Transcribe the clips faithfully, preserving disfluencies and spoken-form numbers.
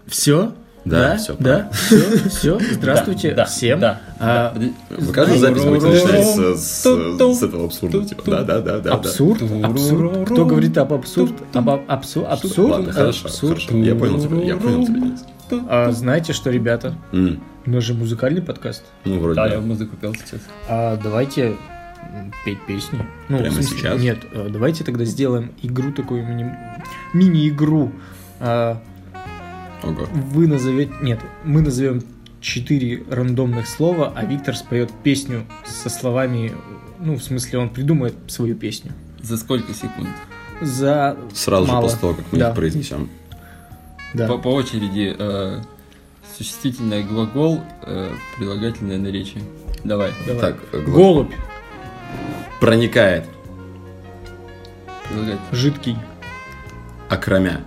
Все? Да, да, все. Да, все, все. Здравствуйте да, всем. Да, а, да. Каждая запись будет начинаться с, с этого абсурда. Типа, да, да, да, да. Абсурд? Да. Абсурд? Кто говорит об абсурд? Об абсурд? Абсурд? Ладно, хорошо, абсурд. хорошо. Я понял тебя, я понял тебя, Денис. А, знаете что, ребята? Mm. У нас же музыкальный подкаст. Ну, вроде Да, да. я музыку пел сейчас. А давайте петь песни. Ну, Прямо в смысле, сейчас? Нет, давайте тогда сделаем игру такую, мини- мини-игру. А, Ого. Вы назовете... Нет, мы назовем четыре рандомных слова, а Виктор споет песню со словами... Ну, в смысле, он придумает свою песню. За сколько секунд? За Сразу мало. же после того, как мы Да. их произнесем. Да. По, по очереди э, существительное глагол, э, прилагательное наречие. Давай. Давай. Так, гла- Голубь. проникает, Прилагательное. Жидкий. окромя.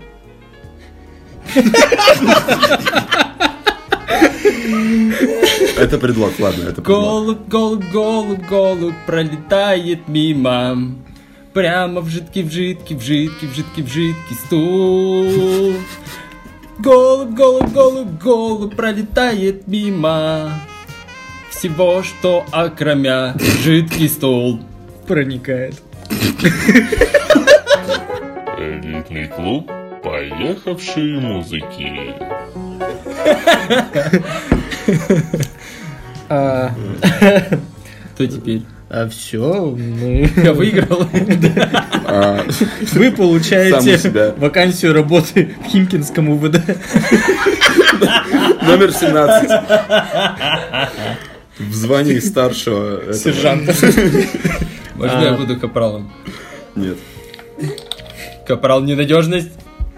Это предлог, ладно, это предлог. Голубь, голубь, голубь, голубь пролетает мимо. Прямо в жидкий, в жидкий, в жидкий, в жидкий, в жидкий стул. Голубь, голубь, голубь, голубь пролетает мимо. Всего, что окромя жидкий стул. Проникает. Элитный клуб поехавшие музыки. А, Что теперь? а все, мы... Я выиграл. А, Вы Сам у получаете себя. вакансию работы в Химкинском УВД. Номер семнадцать. В звании старшего этого- Сержанта. Можно А. я буду капралом? Нет. Капрал ненадежность.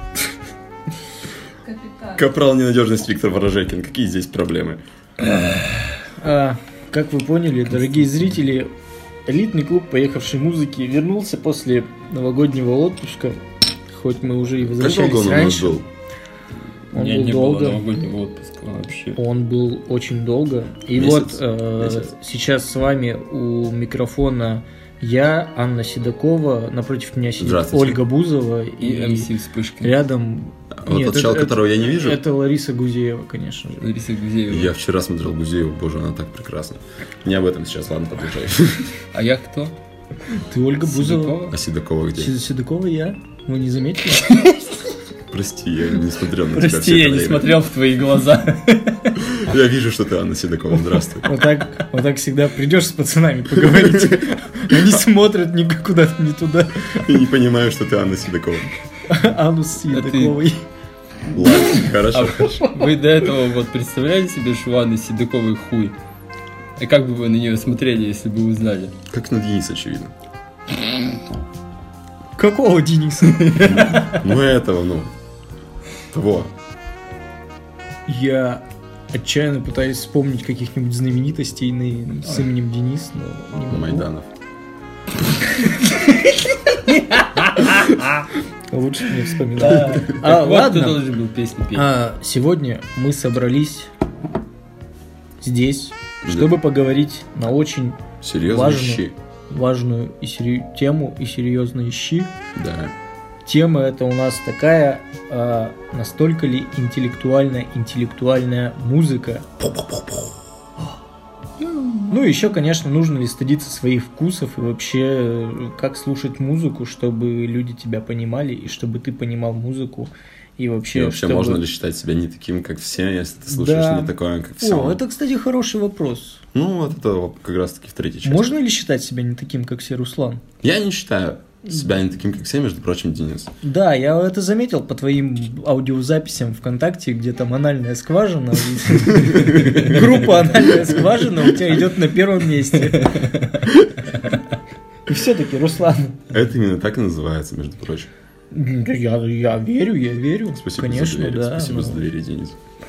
Капрал ненадежность Виктор Ворожекин. Какие здесь проблемы? А, как вы поняли, дорогие зрители, элитный клуб поехавшей музыки вернулся после новогоднего отпуска. Хоть мы уже и Как возвращались долго он у нас раньше. был? Он У меня был не долго. было новогоднего отпуска вообще. Он был очень долго. И Месяц. вот э, Месяц. сейчас с вами у микрофона я, Анна Седокова, напротив меня сидит Здравствуйте. Ольга Бузова И и, эм си Вспышка. рядом... Вот Нет, тот чел, это- которого я не вижу. Это Лариса Гузеева, конечно же. Лариса Гузеева. Я вчера смотрел Гузееву, боже, она так прекрасна. Не об этом сейчас, ладно, продолжай. А я кто? Ты Ольга Бузова? Седокова? А Седокова где? Сед- Седокова я? Вы не заметили? Прости, я не смотрел на тебя Прости, все я это не время. смотрел в твои глаза. Я вижу, что ты Анна Седокова, здравствуй. Вот так, вот так всегда придешь с пацанами поговорить. Они смотрят никуда не туда. Я не понимаю, что ты Анна Седокова. Анну Седоковой. Ладно, хорошо. А вы до этого вот представляли себе, что у Анны Седоковой хуй? И как бы вы на нее смотрели, если бы вы знали? Как на Дениса, очевидно. Какого Дениса? Ну этого, ну. Того. Я отчаянно пытаюсь вспомнить каких-нибудь знаменитостей на- с именем Денис, но не могу. Майданов. Лучше не вспоминать. Так А, вот, ты ладно. должен был песню петь. А, сегодня мы собрались здесь, чтобы поговорить на очень Серьезно, Важно. щи. важную и сери- тему и серьезные щи. Да. Тема эта у нас такая, а, настолько ли интеллектуальная интеллектуальная музыка. Ну, еще, конечно, нужно ли стыдиться своих вкусов и вообще, э, как слушать музыку, чтобы люди тебя понимали, и чтобы ты понимал музыку, и вообще... И вообще, чтобы- можно ли считать себя не таким, как все, если ты слушаешь Да. не такое, как все? О, это, кстати, хороший вопрос. Ну, вот это вот как раз таки в третьей части. Можно ли считать себя не таким, как все, Руслан? Я не считаю себя не таким, как все, между прочим, Денис. Да, я это заметил по твоим аудиозаписям ВКонтакте, где там анальная скважина. Группа «Анальная скважина» у тебя идет на первом месте. И все-таки, Руслан, Это именно так и называется, между прочим. я, я верю, я верю. Спасибо Конечно, за доверие. да. Спасибо но- за доверие, Денис.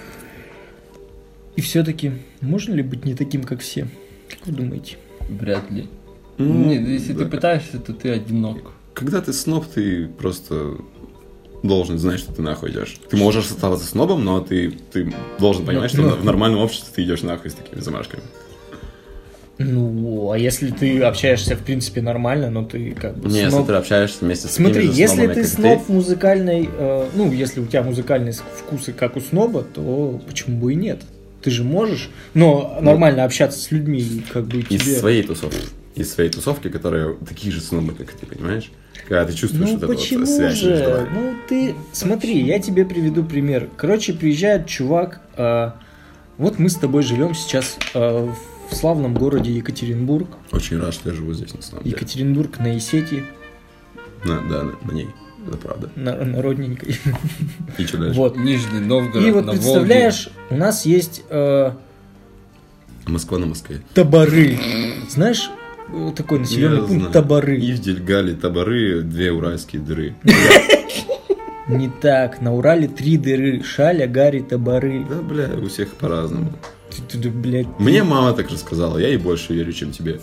И все-таки, можно ли быть не таким, как все? Как вы думаете? Вряд ли. Ну, Нет, если да. ты пытаешься, то ты одинок. Когда ты сноб, ты просто должен знать, что ты нахуй идешь. Ты можешь оставаться снобом, но ты, ты должен понимать, что Ну, в нормальном обществе ты идешь нахуй с такими замашками. Ну, а если ты общаешься, в принципе, нормально, но ты как бы Не, сноб- если ты общаешься вместе с Смотри, такими же если снобами, ты как сноб музыкальной, э, ну, если у тебя музыкальные вкусы, как у сноба, то почему бы и нет? Ты же можешь, но нормально общаться с людьми, и как бы тебе... из своей тусовки. Из своей тусовки, которые такие же снобы, как ты, понимаешь? Когда ты чувствуешь Ну вот эту почему вот связь же? между вами. Ну ты смотри, я тебе приведу пример. Короче, приезжает чувак. э, вот мы с тобой живем сейчас э, в славном городе Екатеринбург. Очень рад, что я живу здесь, на самом деле. Екатеринбург на Исетии, На, да, на, на ней. Это правда. на, на родненькой. И что дальше? Вот. Нижний Новгород И вот на представляешь, у нас есть э, Москва на Москве. Таборы. Знаешь, э, такой населенный Я пункт знаю. Таборы. Ивдель, Гали, Таборы, две уральские дыры. Не так. На Урале три дыры. Шаля, Гарри, Таборы. Да, бля, у всех по-разному. Ты, ты, блядь, Мне мама так рассказала, я ей больше верю, чем тебе.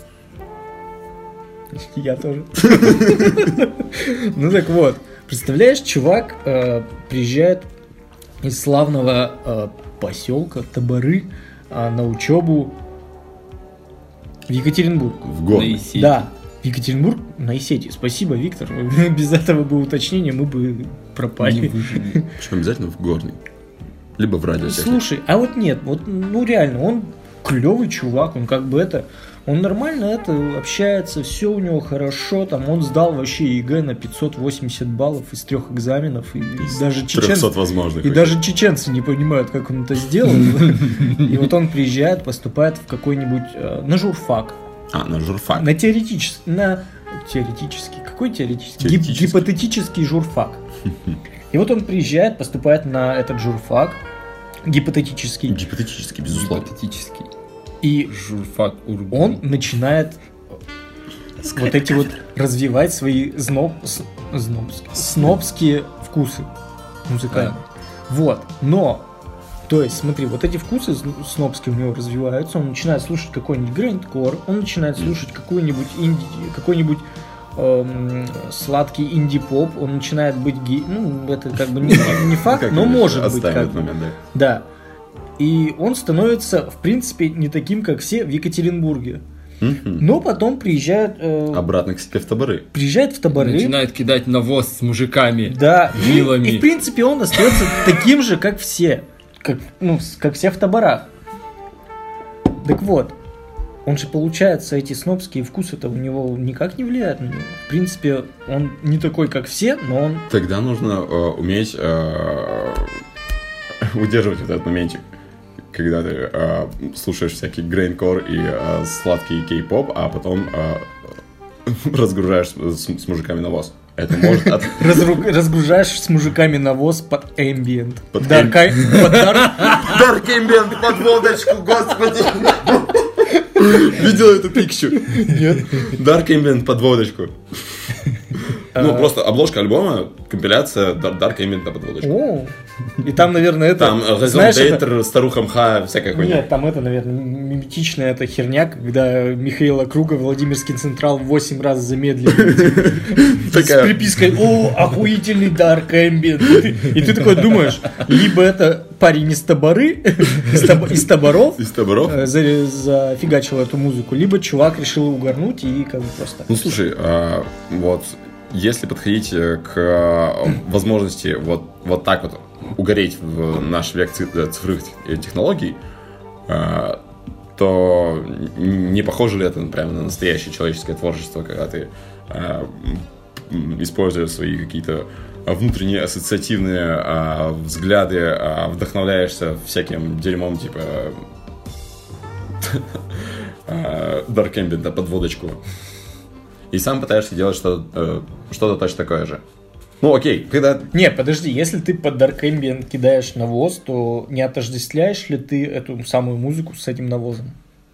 Я тоже. Ну так вот, представляешь, чувак э, приезжает из славного э, поселка Таборы э, на учебу в Екатеринбург. В На город. Исете. Да, в Екатеринбург на Исете. Спасибо, Виктор. Без этого бы уточнения мы бы Не пропали. выжили. Причем обязательно в горный. Либо в радиотехнике. Слушай, а вот нет, вот ну реально, он клевый чувак, он как бы это, он нормально это общается, все у него хорошо, там он сдал вообще ЕГЭ на пятьсот восемьдесят баллов из трех экзаменов, и даже чеченцы, трехсот возможных. и даже чеченцы не понимают, как он это сделал. И вот он приезжает, поступает в какой-нибудь э, на журфак, А, на журфак. на теоретический, на теоретический, какой теоретический? Гип- Теоретический. Гипотетический журфак. И вот он приезжает, поступает на этот журфак, гипотетический, Гипотетически, безусловно. Гипотетический. и Журфак Ургу. он начинает вот эти вот развивать свои зноб, с- знобские, снобские вкусы музыкальные. Вот, но, то есть, смотри, вот эти вкусы с- снобские у него развиваются, он начинает слушать какой-нибудь грайндкор, он начинает слушать какой-нибудь инди, какой-нибудь эм, сладкий инди-поп, он начинает быть гей, ну, это как бы не, не факт, Как но мы может быть. оставим Как этот момент, да. да. И он становится, в принципе, не таким, как все в Екатеринбурге. Мгм. Но потом приезжает, э, Обратно к себе в Таборы. приезжает в Таборы. Начинает кидать навоз с мужиками. Да, и, вилами. и, в принципе он остается таким же, как все. Как, ну, с- как все в Таборах. Так вот, он же, получается, эти снобские вкусы-то у него никак не влияют на него. В принципе, он не такой, как все, но он... Тогда нужно э, уметь э, удерживать вот этот моментик, когда ты э, слушаешь всякий грейнкор и э, сладкий кей-поп, а потом э, разгружаешь с, с мужиками навоз. Это может от... разру- разгружаешь с мужиками навоз под ambient. Под Dark ай- под dark- Dark Ambient под водочку, господи! Видел эту пикчу? Нет. Dark Ambient под водочку. Ну, А. просто обложка альбома, компиляция Dar- Dark Ambient на подводочку. О, и там, наверное, это... Там Разон знаешь, это- Дейтер, Старуха Мха, всякая хуйня. Нет, там это, наверное, миметичная эта херня, когда Михаила Круга Владимирский Централ в восемь раз замедлил. С Такая- припиской «О, охуительный Dark Ambient». И ты- И ты такой думаешь, либо это парень из Таборы, из Таб- из Таборов, Из Таборов? э, за- зафигачил эту музыку, либо чувак решил угорнуть и как бы просто... Ну, слушай, а, вот, если подходить э, к а, возможности вот, вот так вот угореть в наш век ци- э, цифровых тех- технологий, а, то н- не похоже ли это прямо на настоящее человеческое творчество, когда ты а, м, используя свои какие-то внутренние ассоциативные а, взгляды, а, вдохновляешься всяким дерьмом, типа а, Dark Ambient на подводочку. И сам пытаешься делать что-то, э, что-то точно такое же. Ну окей, когда... Не, подожди, если ты под Dark Ambient кидаешь навоз, то не отождествляешь ли ты эту самую музыку с этим навозом?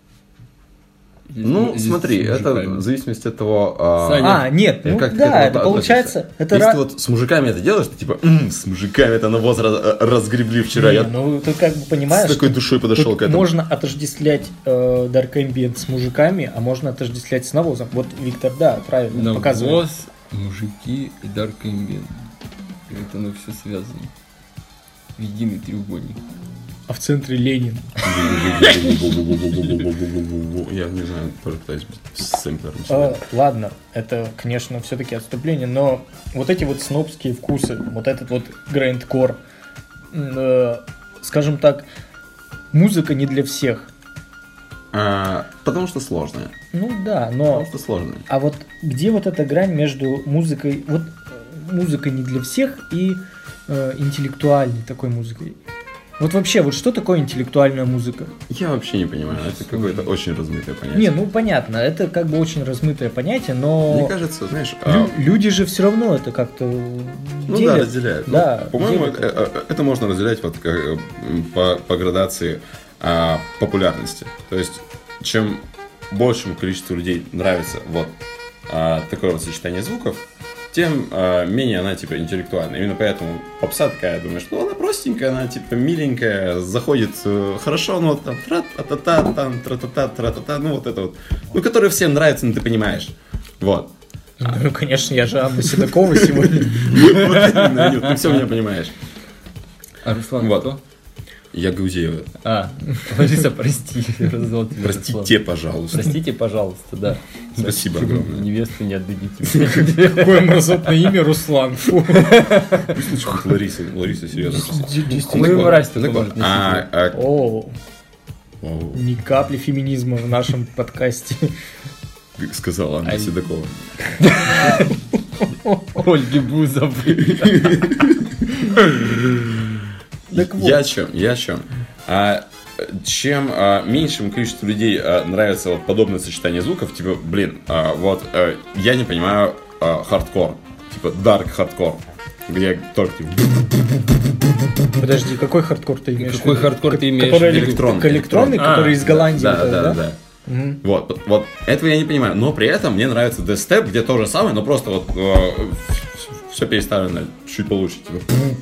Ну, Здесь смотри, с это мужиками. в зависимости от того... а, Саня, А, нет, ну как ты к да, этому это относишься. получается... Это Если ра- ты вот с мужиками это делаешь, ты типа, «М, с мужиками это навоз раз- разгребли вчера, Не, я ну ты как бы понимаешь, с такой что душой подошел тут к этому. можно отождествлять э, Dark Ambient с мужиками, а можно отождествлять с навозом. Вот Виктор, да, правильно показывает. навоз, мужики и Dark Ambient. Это оно все связано. В единый треугольник. а в центре Ленин. Я не знаю, тоже пытаюсь быть сэмплером. А, ладно, это, конечно, все-таки отступление, но вот эти вот снобские вкусы, вот этот вот грайндкор, э, скажем так, музыка не для всех. А, потому что сложная. Ну да, но... Потому что сложная. А вот где вот эта грань между музыкой, вот музыкой не для всех и э, интеллектуальной такой музыкой? Вот вообще, вот что такое интеллектуальная музыка? Я вообще не понимаю, это какое-то очень размытое понятие. Не, ну понятно, это как бы очень размытое понятие, но... Мне кажется, знаешь... Лю- люди же все равно это как-то Ну делят. да, разделяют. Да, Ну, по-моему, делят. это, это можно разделять вот как, э, по, по градации а, популярности. То есть, чем большему количеству людей нравится вот а, такое вот сочетание звуков, тем а, менее она типа интеллектуальная. Именно поэтому попса такая, думаешь, ну она простенькая, она типа миленькая, заходит э, хорошо, ну вот там тра-та-та, там тра-та-та, тра-та-та, ну вот это вот, ну которая всем нравится, ну ты понимаешь, вот. Ну, конечно, я же Анна Седокова сегодня. Вот именно, Анют, ты все меня понимаешь. А Руслан Вот. кто? Я Гузеева. А, Лариса, прости, я назвал тебя Руслан. Простите, пожалуйста. Простите, пожалуйста, да. Спасибо огромное. Невесту не отдадите. Какое мразотное имя, Руслан. Фу. Лариса, Лариса, серьезно. Ну и мразь только Так вот, может нести. а, а, О, о, ни капли феминизма в нашем подкасте. как сказала Анна Ай. Седокова. Ольги Бузовой. Так вот. Я о чем? Я о чем? А, чем а, меньшему количеству людей а, нравится вот подобное сочетание звуков, типа, блин, а, вот а, я не понимаю а, хардкор, типа dark хардкор, где только типа, Подожди, какой хардкор ты имеешь? Какой в виду? хардкор ты имеешь Который в виду? электронный, электронный, А, который из Голландии. да, вот этот, да, да. Мгм. Вот, вот этого я не понимаю, но при этом мне нравится дестеп, где то же самое, но просто вот все переставлено чуть получше, типа.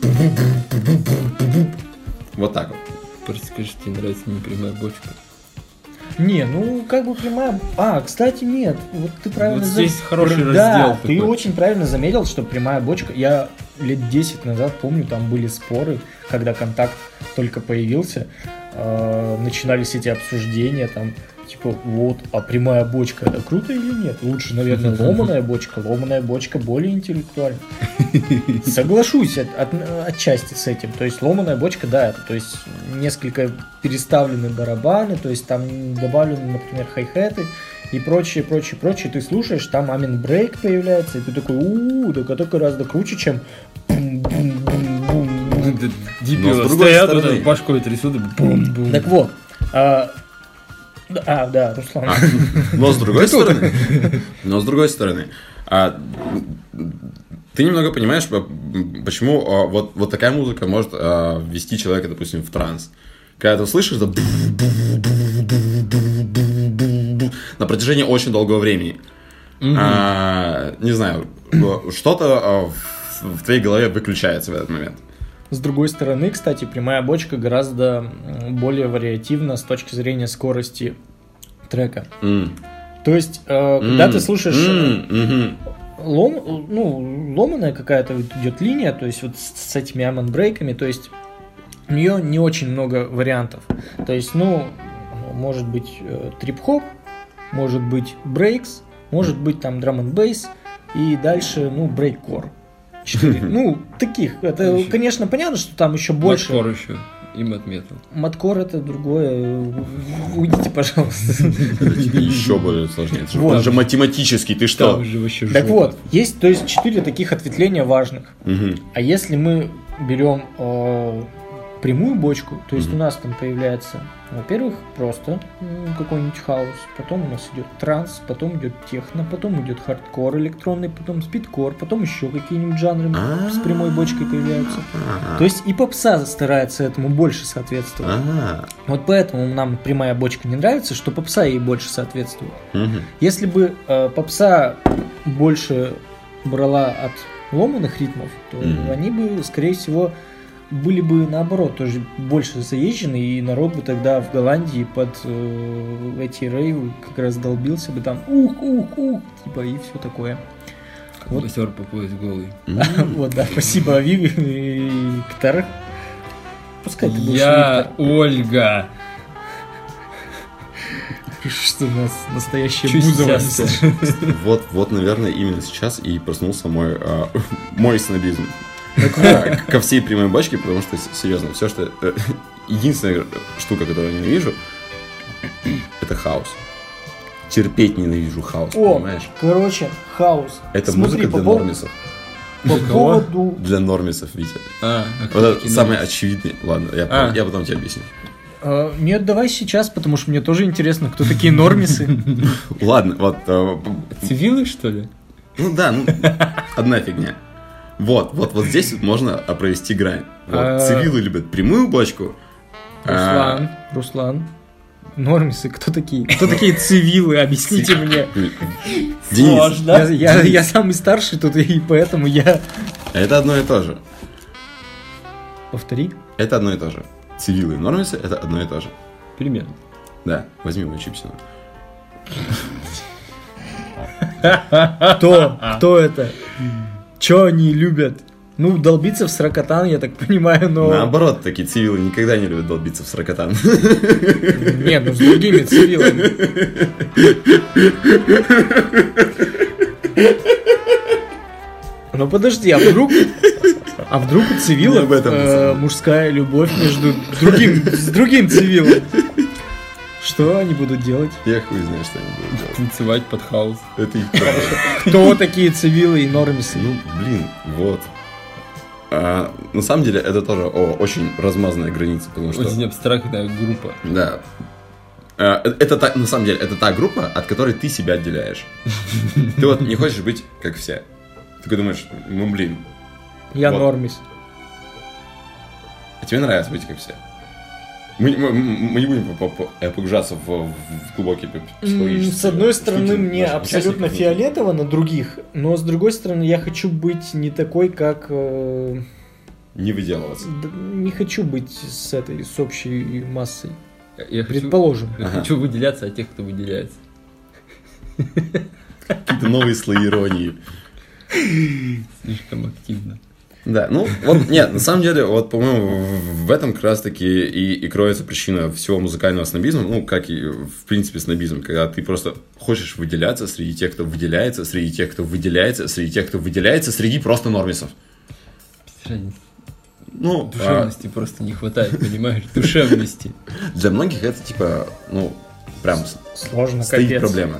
Вот так вот. Просто скажи, что тебе нравится непрямая бочка. Не, ну как бы прямая... А, кстати, нет. Вот ты правильно... Вот за- здесь хороший Да, раздел ты такой. очень правильно заметил, что прямая бочка... Я лет десять назад помню, там были споры, когда контакт только появился. э, Начинались эти обсуждения, там, типа, вот, а прямая бочка, это круто или нет? Лучше, наверное, ломаная бочка. Ломаная бочка более интеллектуальна. Соглашусь от, от- отчасти с этим. То есть ломаная бочка, да, это, то есть несколько переставлены барабаны, то есть там добавлены, например, хай-хеты и прочее, прочее, прочее. Ты слушаешь, там амин брейк появляется, и ты такой, у-у-у, так это гораздо круче, чем бум-бум-бум-бум. Но Дебилы с другой стоят, стороны- вот так башкой трясут, и бум-бум. Так вот, а, да, а, да, Руслан. Но с другой стороны, но с другой стороны, а, ты немного понимаешь, по- почему а, вот, вот такая музыка может а, ввести человека, допустим, в транс. Когда ты услышишь это на протяжении очень долгого времени. А, не знаю, что-то а, в, в твоей голове выключается в этот момент. С другой стороны, кстати, прямая бочка гораздо м, более вариативна с точки зрения скорости трека. М. То есть, э, когда М. ты слушаешь М, мгм. лом, ну, ломаная какая-то вот идет линия, то есть вот с, с этими амон-брейками, то есть у нее не очень много вариантов. То есть, ну, может быть э, трип-хоп, может быть брейкс, может быть там драм-н-бейс и дальше, ну, брейк-кор. Четыре. Ну, таких. Это, Еще. конечно, понятно, что там еще больше. Маткор еще. И матметал. Маткор это другое. Уйдите, пожалуйста. Еще более сложнее. Это же- Вот. это же математический, ты что? Там же вообще Так жопа. вот, есть, то есть, четыре таких ответвления важных. Мгм. А если мы берем э, прямую бочку, то есть Мгм. у нас там появляется, во-первых, просто м, какой-нибудь хаос, потом у нас идет транс, потом идет техно, потом идет хардкор электронный, потом спидкор, потом еще какие-нибудь жанры А. с прямой бочкой появляются. Ага. То есть и попса старается этому больше соответствовать. Ага. Вот поэтому нам прямая бочка не нравится, что попса ей больше соответствует. Мгм. Если бы э, попса больше брала от ломаных ритмов, то Мгм. они бы, скорее всего, были бы наоборот тоже больше заезжены, и народ бы тогда в Голландии под э, эти рейвы как раз долбился бы там ух, ух, ух, типа и все такое. Вот. Боксер по пояс голый. М. Вот, да, спасибо, Авив и Ктар. Пускай ты будешь Я Виктор. Ольга. Пишешь, что у нас настоящая Чуть Бузова. сейчас. Вот, вот, наверное, именно сейчас и проснулся мой, а, мой снобизм. А, ко всей прямой бочке, потому что, с- серьезно, все, что... э, единственная штука, которую я ненавижу, это хаос. Терпеть ненавижу хаос, О, понимаешь? короче, хаос. Это Смотри, музыка по для пов- нормисов. По Для кого? поводу... Для нормисов, Витя. А, а Вот кто это такие самый новости? очевидный. Ладно, я, А. я потом тебе объясню. э, Нет, давай сейчас, потому что мне тоже интересно, кто такие нормисы. Ладно, вот... э, Цивилы, что ли? Ну да, ну, одна фигня. Вот, вот, вот здесь вот можно а, провести грань. Вот, А. цивилы любят прямую бочку. а, Руслан, Руслан. Нормисы, кто такие? Кто такие цивилы? Объясните мне. Денис, Сложно. Я, я- я самый старший тут, и поэтому я... это одно и то же. Повтори. Это одно и то же. Цивилы и нормисы это одно и то же. Примерно. Да, возьми мою чипсину. Кто? Кто это? Че они любят? Ну, долбиться в сракотан, я так понимаю, но... Наоборот, такие цивилы никогда не любят долбиться в сракотан. Нет, ну с другими цивилами. Ну подожди, а вдруг... А вдруг у Не цивилов об этом, э, пацаны. мужская любовь между другим, с другим цивилом? Что они будут делать? Я хуй знаю, что они будут делать. Танцевать под хаос. Это их проблема. Кто такие цивилы и нормисы? Ну, блин, вот. А, на самом деле, это тоже о, очень размазанная граница, потому что... Очень абстрактная группа. Да. А, Это та, на самом деле, это та группа, от которой ты себя отделяешь. Ты вот не хочешь быть как все. Ты такой думаешь, ну блин, Я вот. нормис. а тебе нравится быть как все. Мы, мы- мы не будем по- по- э, погружаться в, в глубокие пи- М, психологические... С одной стороны, штуки мне наших абсолютно участников. фиолетово на других, но с другой стороны, я хочу быть не такой, как... э, Не выделываться. д- Не хочу быть с этой, с общей массой. Я хочу, Предположим. я Ага. хочу выделяться от тех, кто выделяется. Какие-то новые слои иронии. Слишком активно. Да, ну, вот, нет, на самом деле, вот, по-моему, в- в этом как раз-таки и, и кроется причина всего музыкального снобизма, ну, как и, в принципе, снобизм, когда ты просто хочешь выделяться среди тех, кто выделяется, среди тех, кто выделяется, среди тех, кто выделяется, среди просто нормисов. Разница. Ну, а, Душевности просто не хватает, понимаешь? Душевности. для многих это, типа, ну, прям с- Сложно, стоит капец. проблема.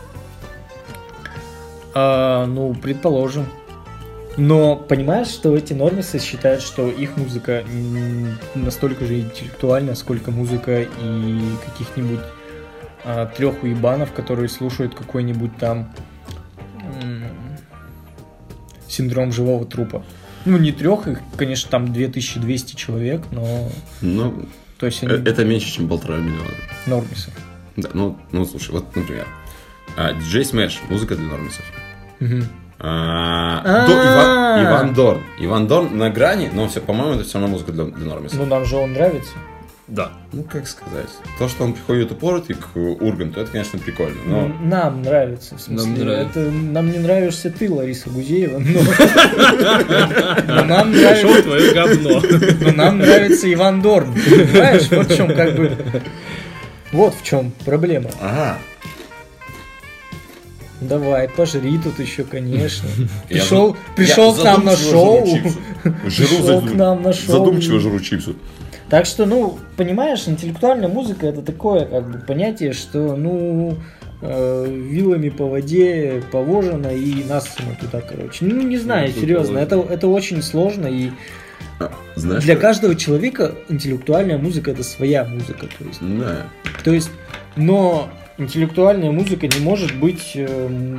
А, ну, предположим. Но понимаешь, что эти нормисы считают, что их музыка м, настолько же интеллектуальна, сколько музыка и каких-нибудь а, трех уебанов, которые слушают какой-нибудь там м, синдром живого трупа. Ну, не трех, их, конечно, там две тысячи двести человек, но... Ну, То есть э- они это меньше, чем полтора миллиона. нормисы. Да, ну, ну, слушай, вот, например, а, диджей Smash, музыка для нормисов. Мгм. А, А. До- Иван, Иван Дорн. Иван Дорн на грани, но все, по-моему, это все равно музыка для, для нормисов. Ну, нам же он нравится. Да. Ну, как сказать. То, что он приходит упоротый к Урганту, это, конечно, прикольно. Но Ну, нам нравится, в смысле. Нам нравится. Это, нам не нравишься ты, Лариса Гузеева, но, но нам Пошел нравится, твое говно. но нам нравится Иван Дорн. Понимаешь, вот в чем как бы... Вот в чем проблема. Ага. Давай, пожри тут еще, конечно. Я Пришел, за- пришел я к нам на задумчиво шоу. жру чипсы. Жру Пришел за- к нам на шоу. Задумчиво жру чипсы. Так что, ну, понимаешь, интеллектуальная музыка это такое как бы понятие, что, ну, э, вилами по воде положено и насыпано туда, короче. Ну, не знаю, Ну, тут серьезно, это, положено. это очень сложно, и А, знаешь, для что- каждого человека интеллектуальная музыка это своя музыка, то есть, Да. то есть, но интеллектуальная музыка не может быть... эм,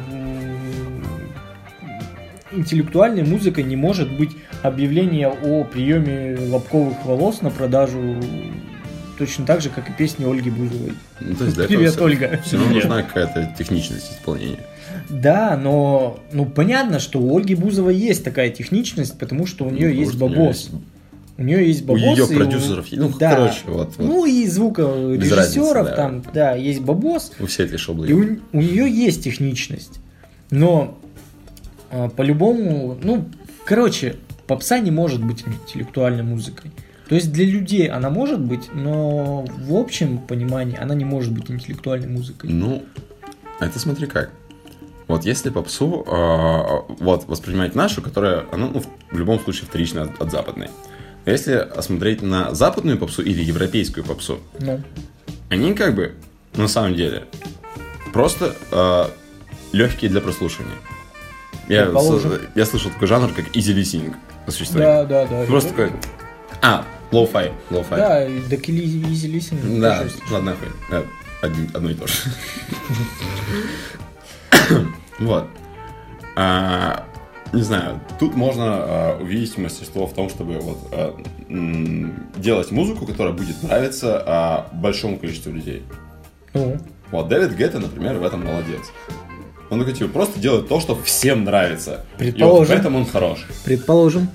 интеллектуальная музыка не может быть объявление о приеме лобковых волос на продажу точно так же, как и песни Ольги Бузовой. Ну, то есть, для Привет, этого Ольга. Все равно Привет. нужна какая-то техничность исполнения. Да, но ну понятно, что у Ольги Бузовой есть такая техничность, потому что у нее Ну, есть может, у неё бабос. есть- У нее есть У бабос. ее и продюсеров есть. Ну, да. короче, вот. вот. Ну и звукорежиссеров разницы, да. там, да, есть бабос. У всей этой шоблы. И у, у нее есть техничность. Но а, по-любому, ну, короче, попса не может быть интеллектуальной музыкой. То есть для людей она может быть, но в общем понимании она не может быть интеллектуальной музыкой. Ну, это смотри как. Вот если попсу э, вот, воспринимать нашу, которая, она, ну, в любом случае вторична от, от западной. Но если смотреть на западную попсу или европейскую попсу, Ну, они как бы, на самом деле, просто э, легкие для прослушивания. Я, Предположим. с- я слышал такой жанр, как easy listening. Существует. да, да, да. Просто такой... А, low-fi. low-fi. Да, и до Easy Listening. Да, тоже есть. ладно, нахуй. Э, один- Одно и то же. Вот. А, не знаю, тут можно а, увидеть мастерство в том, чтобы вот, а, м, делать музыку, которая будет нравиться а, большому количеству людей. Ну, Вот Дэвид Гетта, например, в этом молодец. Он такой, типа, просто делает то, что всем нравится. И вот в Предположим. этом он хорош. предположим.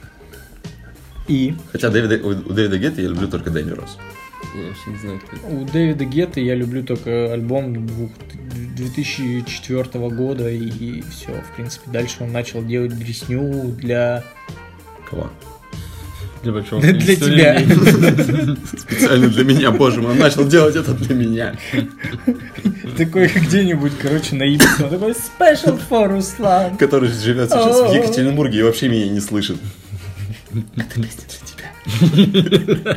И Хотя Дэвида, у, у Дэвида Гетта я люблю только Dangerous. Я вообще не знаю, кто это. у Дэвида Гетты я люблю только альбом двух- две тысячи четвёртого года, и все, в принципе. Дальше он начал делать дресню для... Кого? Для большого Для количества тебя. людей. Специально для меня, боже мой, он начал делать это для меня. Такой где-нибудь, короче, на Ибице. Он такой special for Руслан. Который живет сейчас в Екатеринбурге и вообще меня не слышит. Это песня для тебя.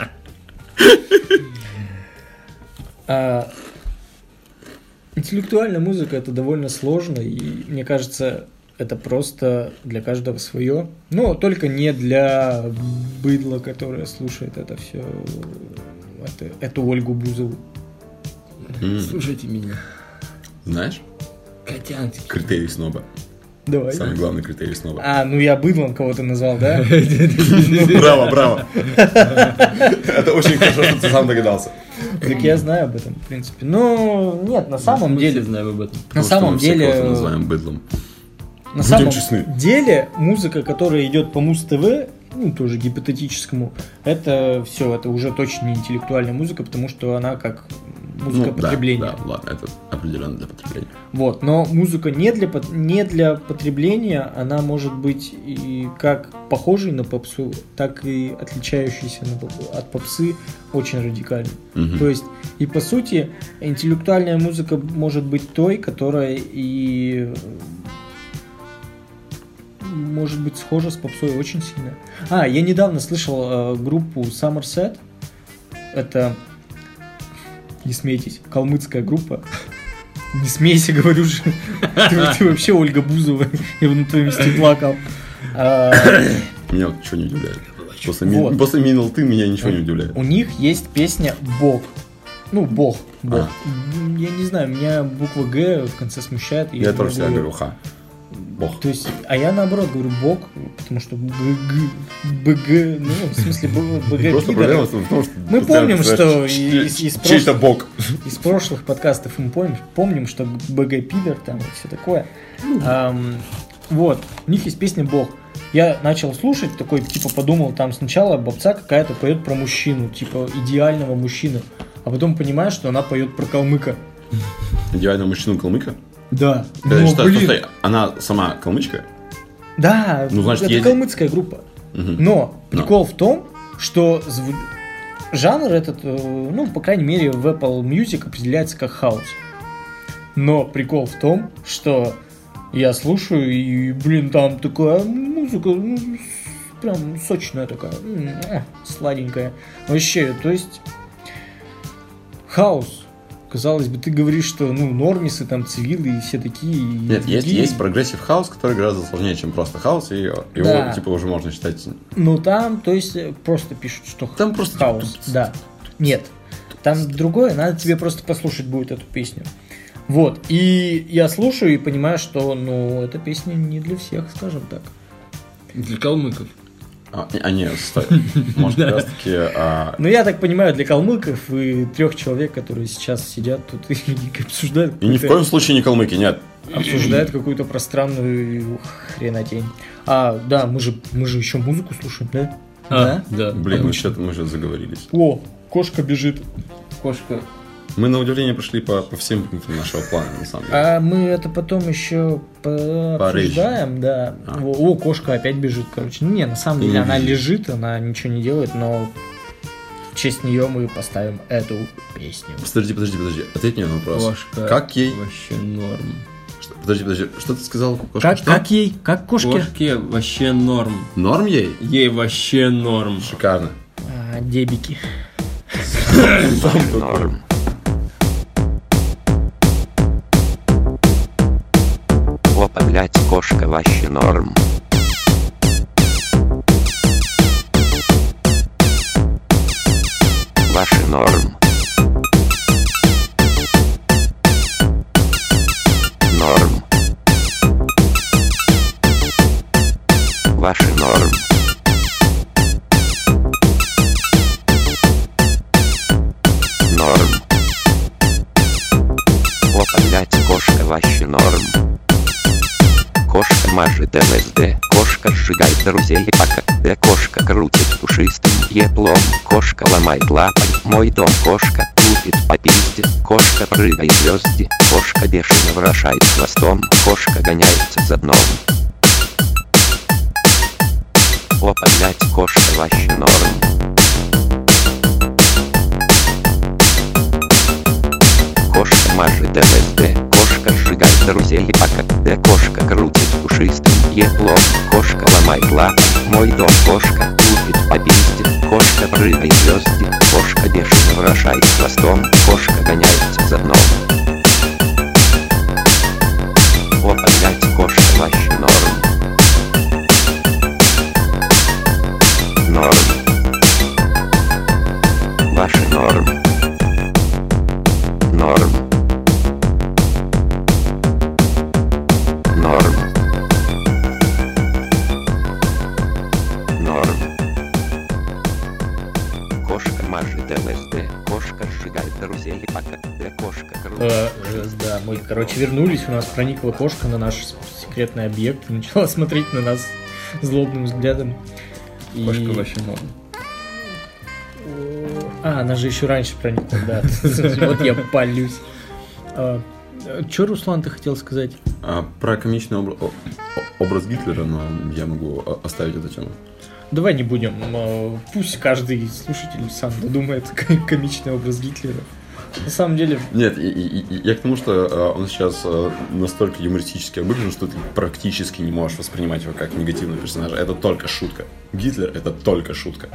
А, интеллектуальная музыка это довольно сложно, и мне кажется, это просто для каждого свое. Но только не для быдла, которое слушает это все, это, эту Ольгу Бузову. М, Слушайте меня. Знаешь, Котянки. критерий сноба. Давай. Самый главный критерий сноба. А, ну я быдлом кого-то назвал, да? Браво, браво. Это очень хорошо, что ты сам догадался. Так я знаю об этом, в принципе. Ну, нет, на самом Мы деле... все знаем об этом. На Потому что самом мы все деле... кого-то называем быдлом. На Будем самом честны. деле, музыка, которая идет по Муз-ТВ, ну, тоже гипотетическому, это все, это уже точно не интеллектуальная музыка, потому что она как музыка Ну, да, потребления. Да, ладно, это определенно для потребления. Вот, но музыка не для, пот- не для потребления, она может быть и как похожей на попсу, так и отличающейся на поп- от попсы очень радикально. Мгм. То есть, и по сути, интеллектуальная музыка может быть той, которая и может быть схожа с попсой очень сильно. А, я недавно слышал э, группу Somerset. Это, не смейтесь, калмыцкая группа. Не смейся, говорю же. Ты, ты вообще Ольга Бузова. Я бы на твоем месте плакал. А, Меня вот ничего не удивляет. После, ми- Вот. после Минал ты меня ничего не удивляет. у них есть песня «Бог». Ну, Бог. Бог. Я не знаю, меня буква Г в конце смущает. и Я не тоже всегда могу- говорю ха. Бог. То есть, а я наоборот говорю Бог, потому что г г БГ, ну, в смысле, БГ Просто пидор. проблема в том, что... Мы ты помним, знаешь, что чей- из- из чей-то прошлых- бог. Из прошлых подкастов мы помним, помним, что БГ пидор там и все такое. Ам, вот, у них есть песня «Бог». Я начал слушать, такой, типа, подумал, там сначала бабца какая-то поет про мужчину, типа, идеального мужчину, а потом понимаю, что она поет про калмыка. Идеального мужчину калмыка? Да, Да, но, что, блин, стой, она сама калмычка? да, Ну, значит, это есть- калмыцкая группа. Мгм. Но Но. прикол в том, что зву- жанр этот, э, ну, по крайней мере, в Apple Music определяется как хаус. Но прикол в том, что я слушаю, и, блин, там такая музыка, ну, с- прям сочная такая, м, а, сладенькая. Вообще, то есть, хаус. Казалось бы, ты говоришь, что, ну, нормисы, там, цивилы и все такие. и Нет, есть, другие. есть прогрессив хаус, который гораздо сложнее, чем просто хаус, и его, Да. типа, уже можно считать... Ну, там, то есть, э, просто пишут, что Там просто... хаос, да. Нет, там другое, надо тебе просто послушать будет эту песню. Вот, и я слушаю и понимаю, что, ну, эта песня не для всех, скажем так. Для калмыков. А, а нет, стой. Может, как раз таки... а, Ну, я так понимаю, для калмыков и трех человек, которые сейчас сидят тут и обсуждают, И ни в коем случае не калмыки, нет. обсуждают какую-то пространную хренотень. А, да, мы же, мы же еще музыку слушаем, да? А, да. Блин, мы Обычно. что-то мы же заговорились. О, кошка бежит. Кошка Мы, на удивление, прошли по, по всем пунктам нашего плана, на самом деле. А мы это потом еще обсуждаем, да. А. О, о, кошка опять бежит, короче. Ну, не, на самом деле Не она бежит. лежит, она ничего не делает, но в честь нее мы поставим эту песню. Подожди, подожди, подожди. Ответь мне на вопрос. Кошка Как ей... вообще норм. Что- Подожди, подожди. Что ты сказал? Кошка, Как, что? как ей? Как кошке? Кошке вообще норм. Норм ей? Ей вообще норм. Шикарно. А, дебики. Норм. Опа, блять, кошка вообще норм. Ваши норм. Норм. Ваши норм. Норм. Опа, блять, кошка вообще норм. Кошка мажет ЛСД, кошка сжигает друзей пока, да кошка крутит пушистым еплом, кошка ломает лапой мой дом, кошка тупит по пизде, кошка прыгает в звезды, кошка бешено вращает хвостом, кошка гоняется за дном. Опа, блять, кошка вообще норм. Кошка мажет ЛСД, кошка сжигает друзей пока, да кошка крутит пушистым еплом, кошка ломает лапы мой дом, кошка тупит по пизде, кошка прыгает в звезды, кошка бешено вращает хвостом, кошка гоняется за дном. Опа, блять, кошка вообще норм. Норм. Ваши норм. Норм. Норм. Норм. Кошка мажет ЛСД, кошка сжигает друзей пока, да кошка крутит. Э, э, да, мы, короче, вернулись, у нас проникла кошка на наш секретный объект и начала смотреть на нас злобным взглядом. И- Кошка вообще норм. А, она же еще раньше проникла, да. Вот я палюсь. Че, Руслан, ты хотел сказать? А, про комичный обра- о- о- образ Гитлера, но я могу о- оставить эту тему. Давай не будем. э, Пусть каждый слушатель сам додумает комичный образ Гитлера. На самом деле, Нет, и- и- и- я к тому, что э, он сейчас э, настолько юмористически обыгран, что ты практически не можешь воспринимать его как негативного персонажа. Это только шутка. Гитлер — это только шутка.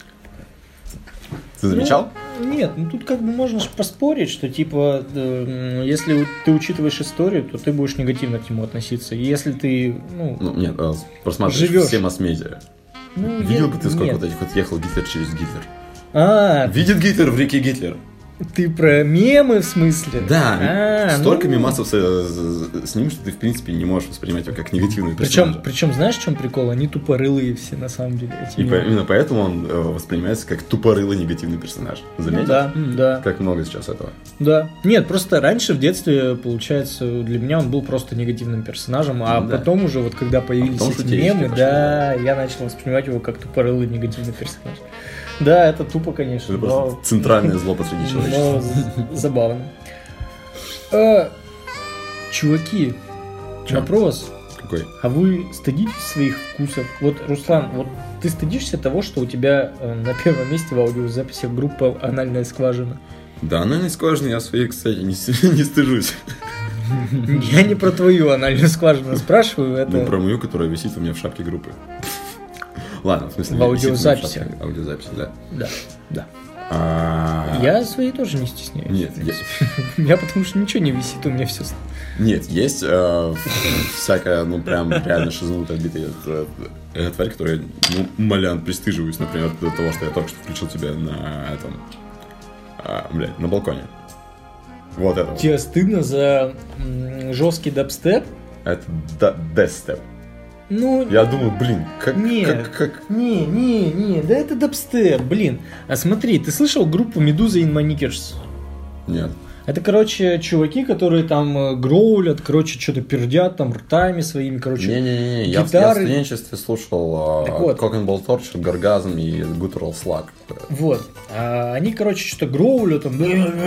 Ты замечал? ну, нет, ну тут как бы можно ж поспорить, что типа, э, если у- ты учитываешь историю, то ты будешь негативно к нему относиться. И если ты, ну, Ну, нет, э, просматриваешь Живёшь. все масс-медиа. ну, Видел я- бы ты, сколько нет. вот этих вот ехал Гитлер через Гитлер? А, Видит Гитлер в реке Гитлер. ты про мемы в смысле? Да, А, столько ну, мемасов с, с- с ним, что ты, в принципе, не можешь воспринимать его как негативный Причем, персонаж. причем, знаешь, в чем прикол? Они тупорылые все, на самом деле. Эти И по- мемы. именно поэтому он э, воспринимается как тупорылый негативный персонаж. Заметил? Да, да, Как много сейчас этого. да. Нет, просто раньше в детстве, получается, для меня он был просто негативным персонажем, а Ну да. потом уже, вот когда появились потом эти шутеечки мемы, пошли, да, я начал воспринимать его как тупорылый негативный персонаж. Да, это тупо, конечно, Это но- просто центральное зло посреди человечества. но з- забавно. А, чуваки, Чё? вопрос. Какой? А вы стыдитесь своих вкусов? Вот, Руслан, вот ты стыдишься того, что у тебя э, на первом месте в аудиозаписях группа «Анальная скважина»? Да, анальной скважины я своей, кстати, не, с- не стыжусь. Я не про твою анальную скважину спрашиваю, это... Ну, про мою, которая висит у меня в шапке группы. Ладно, в смысле, В не висит у меня в аудиозаписи. шапке, Аудиозаписи, да. Да, да. А, Я свои тоже не стесняюсь. Нет, я- У меня потому что ничего не висит, у меня все... Нет, есть э, всякая, ну, прям реально шизнутая отбитая э, э, тварь, которая, ну, малян, пристыживаюсь, например, до того, что я только что включил тебя на этом, а, блядь, на балконе. Вот это вот. Тебе стыдно за м, жесткий дабстеп? Это да- Death Step. Ну, Я думаю, блин, как, Нет. как, как... не, не, не, да это дабстеп, блин. А смотри, ты слышал группу Medusa in Manikers? Нет. Это, короче, чуваки, которые там э, гроулят, короче, что-то пердят там ртами своими, короче. Не-не-не, я, в- я в студенчестве слушал Так вот. Cock and Ball Torture, Gargasm и Guttural Slug. Вот. А они, короче, что-то гроулят там.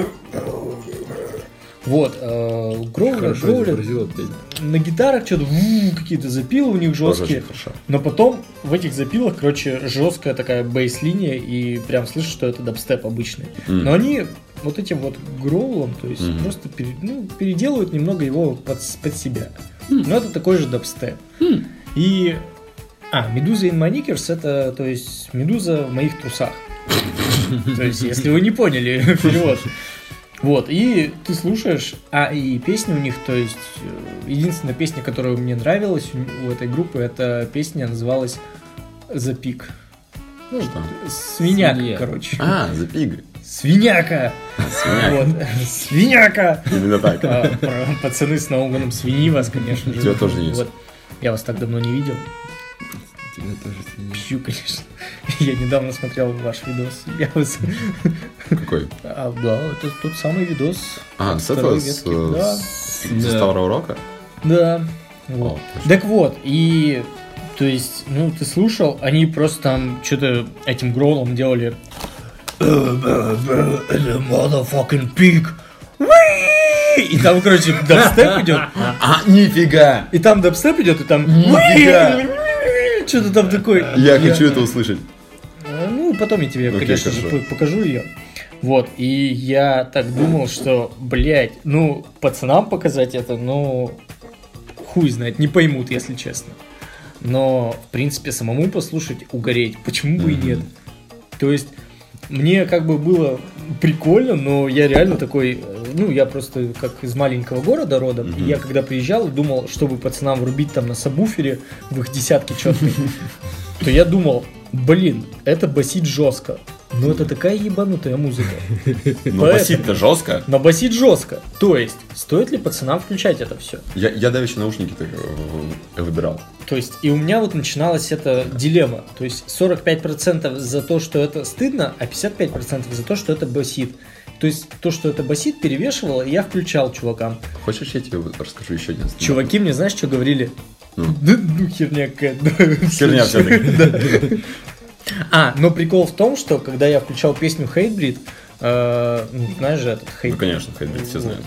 Вот. э, Гроулят, Хорошо гроулят. изобразил опять. На гитарах что-то ву, какие-то запилы у них Тоже жесткие. очень хорошо. Но потом в этих запилах, короче, жесткая такая бейс-линия, и прям слышишь, что это дабстеп обычный. М. Но они вот этим вот гроулом, то есть Мгм. просто пере- ну, переделывают немного его под, с- под себя. Но это такой же дабстеп. И... А, Медуза in my knickers, это, то есть, Медуза в моих трусах. То есть, если вы не поняли перевод. Вот, и ты слушаешь, а и песни у них, то есть, э, единственная песня, которая мне нравилась у у этой группы, эта песня называлась The Pig. Ну, Что? свиняка, Свинья. короче. А, The Pig. Свиняка! Свиняк. Вот, свиняка! Именно так. А, про- Пацаны с науганом свини вас, конечно же. Тебя тоже есть. Вот. Я вас так давно не видел. Тебя тоже свинья. Пью, конечно. Я недавно смотрел ваш видос. Я вас... Какой? А, да, это тот самый видос. А, от с этого, второй с, ветки. э, Да. с- Да. со старого урока? Да. Вот. О, точно. Так вот, и... То есть, ну, ты слушал, они просто там что-то этим гроулом делали. Это motherfucking pig. И там, короче, дабстеп идет. А, нифига! И там дабстеп идет, и там... Нифига! Что-то там такое. Я хочу это услышать. А, Ну, потом я тебе, Окей, конечно же, хорошо. по- покажу ее. Вот, и я так думал, что, блядь, ну, пацанам показать это, ну, хуй знает, не поймут, если честно. Но, в принципе, самому послушать, угореть, почему бы и Мгм. нет? То есть, мне как бы было прикольно, но я реально такой, э, ну, я просто как из маленького города родом, и Мгм. я когда приезжал и думал, чтобы пацанам врубить там на сабвуфере в их десятки четкой, то я думал, блин, это басит жестко. Но это такая ебанутая музыка. Но Поэтому- басит-то жестко. Но басит жестко. То есть, стоит ли пацанам включать это все? Я, я давеча наушники так э, выбирал. То есть, и у меня вот начиналась эта дилемма. То есть, сорок пять процентов за то, что это стыдно, а пятьдесят пять процентов за то, что это басит. То есть, то, что это басит, перевешивало, и я включал чувакам. Хочешь, я тебе вот расскажу еще один стендап? Чуваки мне, знаешь, что говорили? Ну. Да, ну, херня какая-то. Херня все-таки. А, но прикол в том, что когда я включал песню Hatebreed, э, ну, знаешь же этот Ну, Hatebreed. конечно, Хайдрид все знают.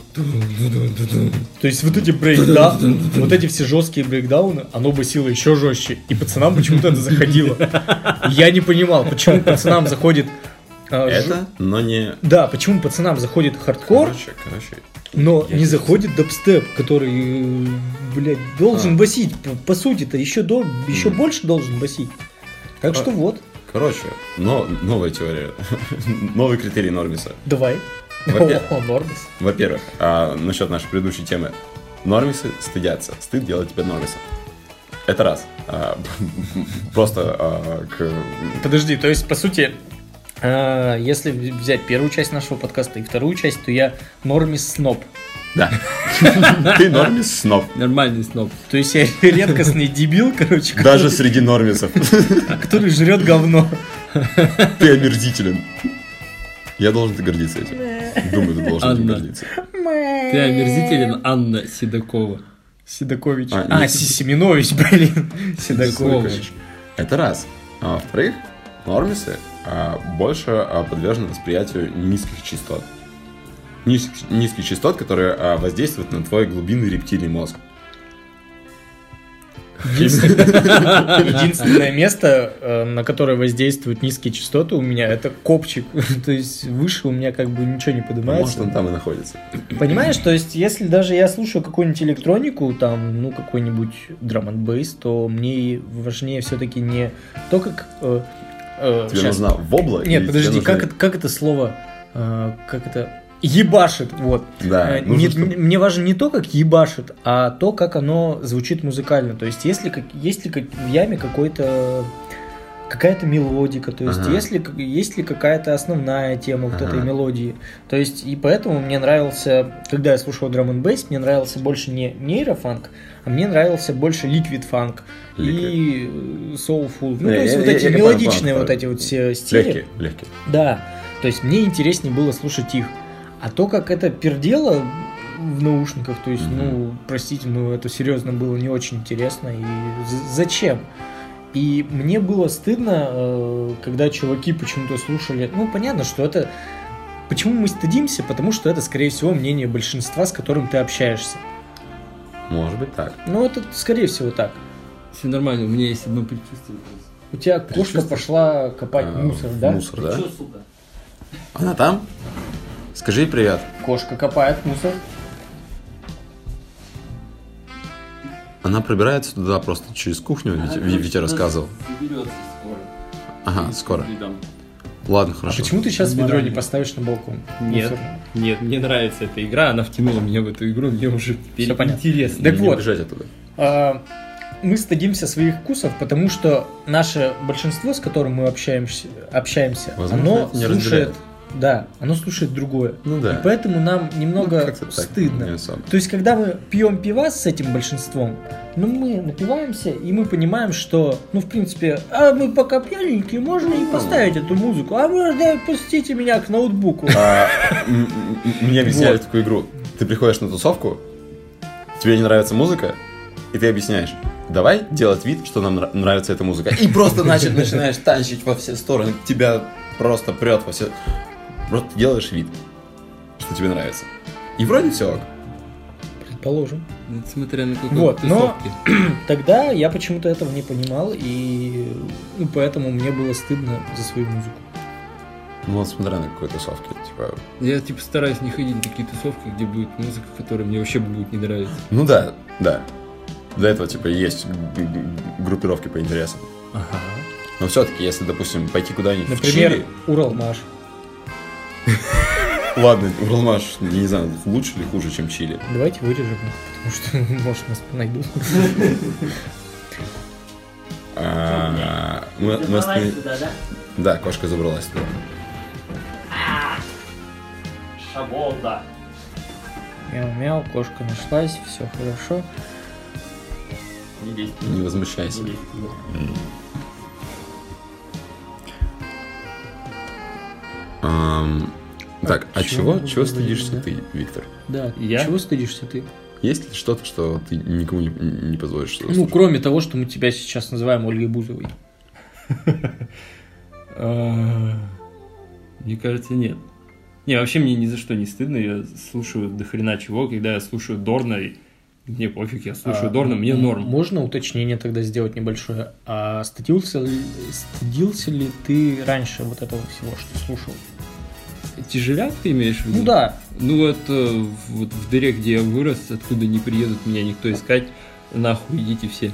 То есть вот эти брейкдауны, вот эти все жесткие брейкдауны, оно басило еще жестче. И пацанам почему-то это заходило. Я не понимал, почему пацанам заходит... э, ж- Это, но не... Да, почему пацанам заходит хардкор, Короче, короче. но я не сейчас- заходит дабстеп, который, э, блядь, должен А. басить. По, по сути-то еще, до, еще Мгм. больше должен басить. Так А. что вот, Короче, но, новая теория. Новый критерий Нормиса. давай. Во-первых. О, Нормис. Во-первых, а, насчет нашей предыдущей темы. Нормисы стыдятся. Стыд делает тебя нормисом. Это раз. А, просто а, к... Подожди, то есть, по сути, э, если взять первую часть нашего подкаста и вторую часть, то я Нормис сноб. Да. Ты нормис сноб. Нормальный сноб. То есть я редкостный дебил, короче, Даже среди нормисов. который жрет говно. Ты омерзителен. Я должен гордиться этим. Думаю, ты должен этим Анна. гордиться. Ты омерзителен, Анна Седокова. Седокович. А, А, нет. Си- Семенович, блин. Седокович. Седокович. Это раз. А во-вторых, нормисы а, больше а, подвержены восприятию низких частот. Низких, низких частот, которые а, воздействуют на твой глубинный рептильный мозг. Единственное место, э, на которое воздействуют низкие частоты у меня, это копчик. То есть выше у меня как бы ничего не А может, поднимается. он там и находится. Понимаешь, то есть если даже я слушаю какую-нибудь электронику, там, ну, какой-нибудь драм н бейс, то мне важнее все-таки не то, как... э, э, Тебе щас. нужна вобла? Нет, или подожди, тебе как, нужны- это, как это слово? э, как это? Ебашит, вот. Да, Э, нужно, не- чтобы- Мне важно не то, как ебашит, а то, как оно звучит музыкально. То есть, если как, есть ли как, в яме какой-то какая-то мелодика, то есть, Ага. если, как- есть ли какая-то основная тема вот Ага. этой мелодии. То есть, и поэтому мне нравился, когда я слушал драм н бейс, мне нравился больше не нейрофанк, а мне нравился больше ликвид фанк и э, soulful. Ну, Не, то есть, я- вот я- эти я понял, мелодичные понял, вот понял. эти вот все стили. Легкие, легкие. Да, то есть мне интереснее было слушать их. А то, как это пердело в наушниках, то есть, ну, простите, ну, это серьезно было не очень интересно. И з- зачем? И мне было стыдно, э, когда чуваки почему-то слушали. Ну, понятно, что это... Почему мы стыдимся? Потому что это, скорее всего, мнение большинства, с которым ты общаешься. Может быть так. Ну, это, скорее всего, так. Все нормально, у меня есть одно предчувствие. У тебя кошка пошла копать А, мусор, в да? Мусор, да? Чё, сука? Она там? Скажи ей привет. Кошка копает мусор. Она пробирается туда просто через кухню, Витя, Витя рассказывал. Соберется скоро. Ага, скоро. Передам. Ладно, А хорошо. почему ты сейчас ведро не Морально. поставишь на балкон? Нет, Мусорный. нет, мне нравится эта игра, она втянула меня в эту игру, мне уже теперь Всё понятно. интересно. Так Не вот. убежать оттуда. А, мы стыдимся своих вкусов, потому что наше большинство, с которым мы общаемся, общаемся Возможно, оно это не слушает, разделяет. да, оно слушает другое. Ну да. И поэтому нам немного Ну, как-то так, стыдно. не особо. То есть, когда мы пьем пивас с этим большинством, ну, мы напиваемся, и мы понимаем, что, ну, в принципе, а мы пока пьяненькие, можно и поставить эту музыку, а вы, да, пустите меня к ноутбуку. А, м- м- Мне объясняли Вот. такую игру. Ты приходишь на тусовку, тебе не нравится музыка, и ты объясняешь, давай делать вид, что нам нра- нравится эта музыка. И просто значит, начинаешь танчить во все стороны, тебя просто прет во все... Просто делаешь вид, что тебе нравится. И вроде все ок. Предположим. Смотря на какой Вот, но тусовке. тогда я почему-то этого не понимал, и ну, поэтому мне было стыдно за свою музыку. Ну вот смотря на какой тусовке, типа... Я типа стараюсь не ходить на такие тусовки, где будет музыка, которая мне вообще будет не нравиться. Ну да, да. Для этого, типа, есть г- г- группировки по интересам. Ага. Но все-таки, если, допустим, пойти куда-нибудь Например, в Чили... Уралмаш. Ладно, Уралмаш, не знаю, лучше или хуже, чем Чили. Давайте вырежем, потому что, может, нас найдут. А, мы- мы останови- Да, кошка забралась туда. Шаболда. Мяу-мяу, кошка нашлась, все хорошо. Не лезь. Не возмущайся. Не лезь. Ам, Так, а чего чего, мы чего говорили, стыдишься да? ты, Виктор? Да, Я? чего стыдишься ты? Есть ли что-то, что ты никому не, не позволишь? что Ну, слушать? кроме того, что мы тебя сейчас называем Ольгой Бузовой. А, Мне кажется, нет. Не, вообще мне ни за что не стыдно. Я слушаю до хрена чего. Когда я слушаю Дорна, и мне пофиг, я слушаю А, Дорна, мне норм. Можно уточнение тогда сделать небольшое? А стыдился ли, стыдился ли ты раньше вот этого всего, что слушал? Тяжеляк ты имеешь в виду? Ну да. Ну, это вот в дыре, где я вырос, откуда не приедут меня никто искать, нахуй идите все.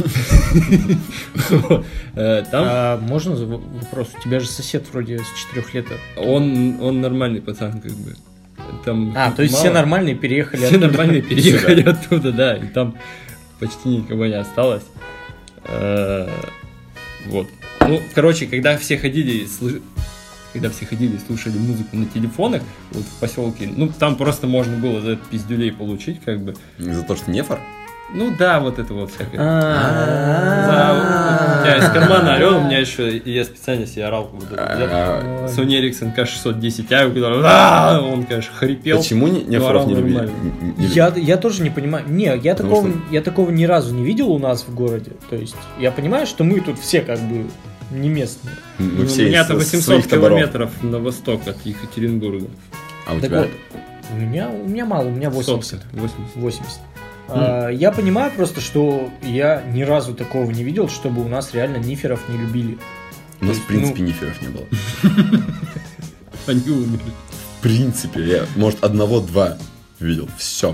Э, Там А можно за- вопрос? У тебя же сосед вроде с четырех лет. он он нормальный пацан, как бы. Там А, то есть мало. все нормальные переехали Все оттуда. нормальные переехали оттуда, да, и там почти никого не осталось. Э, Вот. Ну, короче, когда все ходили, и слы- когда все ходили и слушали музыку на телефонах, вот в поселке, ну, там просто можно было за это пиздюлей получить, как бы. За то, что нефор? Ну да, вот это вот всякое. А. За- У тебя из кармана орел, у меня еще, и я специально себе оралку вот эту взял. А, Sony Ericsson К шестьсот десять А, когда он, конечно, хрипел. Почему не- нефоров орал не любили? нормально. Не- не- Я, я тоже не понимаю. Не, я Потому такого, что- я такого ни разу не видел у нас в городе. То есть я понимаю, что мы тут все как бы не местные. Мы Ну, все у меня-то из восемьсот своих таборов. километров на восток от Екатеринбурга. А у Так тебя? вот, у меня, у меня мало, у меня восемьдесят. восемьдесят. восемьдесят. А, я понимаю просто, что я ни разу такого не видел, чтобы у нас реально ниферов не любили. У нас, то в принципе, ну- ниферов не было. Они умерли. В принципе, я, может, одного-два видел. Все.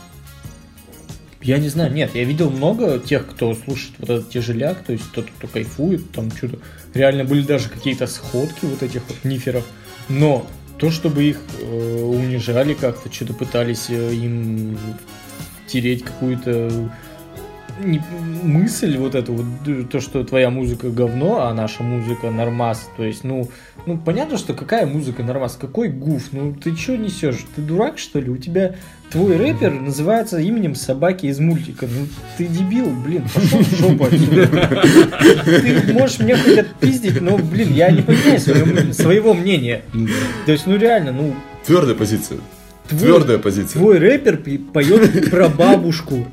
Я не знаю, нет, я видел много тех, кто слушает вот этот тяжеляк, то есть тот, кто кайфует, там что-то. Реально были даже какие-то сходки вот этих вот ниферов. Но то, чтобы их э, унижали как-то, что-то пытались э, им тереть какую-то не- мысль вот эту, вот, д- то, что твоя музыка говно, а наша музыка нормас. То есть, ну, ну понятно, что какая музыка нормас, какой гуф, ну ты что несешь? Ты дурак, что ли? У тебя твой рэпер называется именем собаки из мультика. Ну ты дебил, блин, пошел в жопу отсюда. Ты можешь мне хоть отпиздить, но, блин, я не поменяю своего, своего мнения. То есть, ну реально, ну Твердая позиция. Твой- Твердая позиция. Твой рэпер пи- поет про бабушку.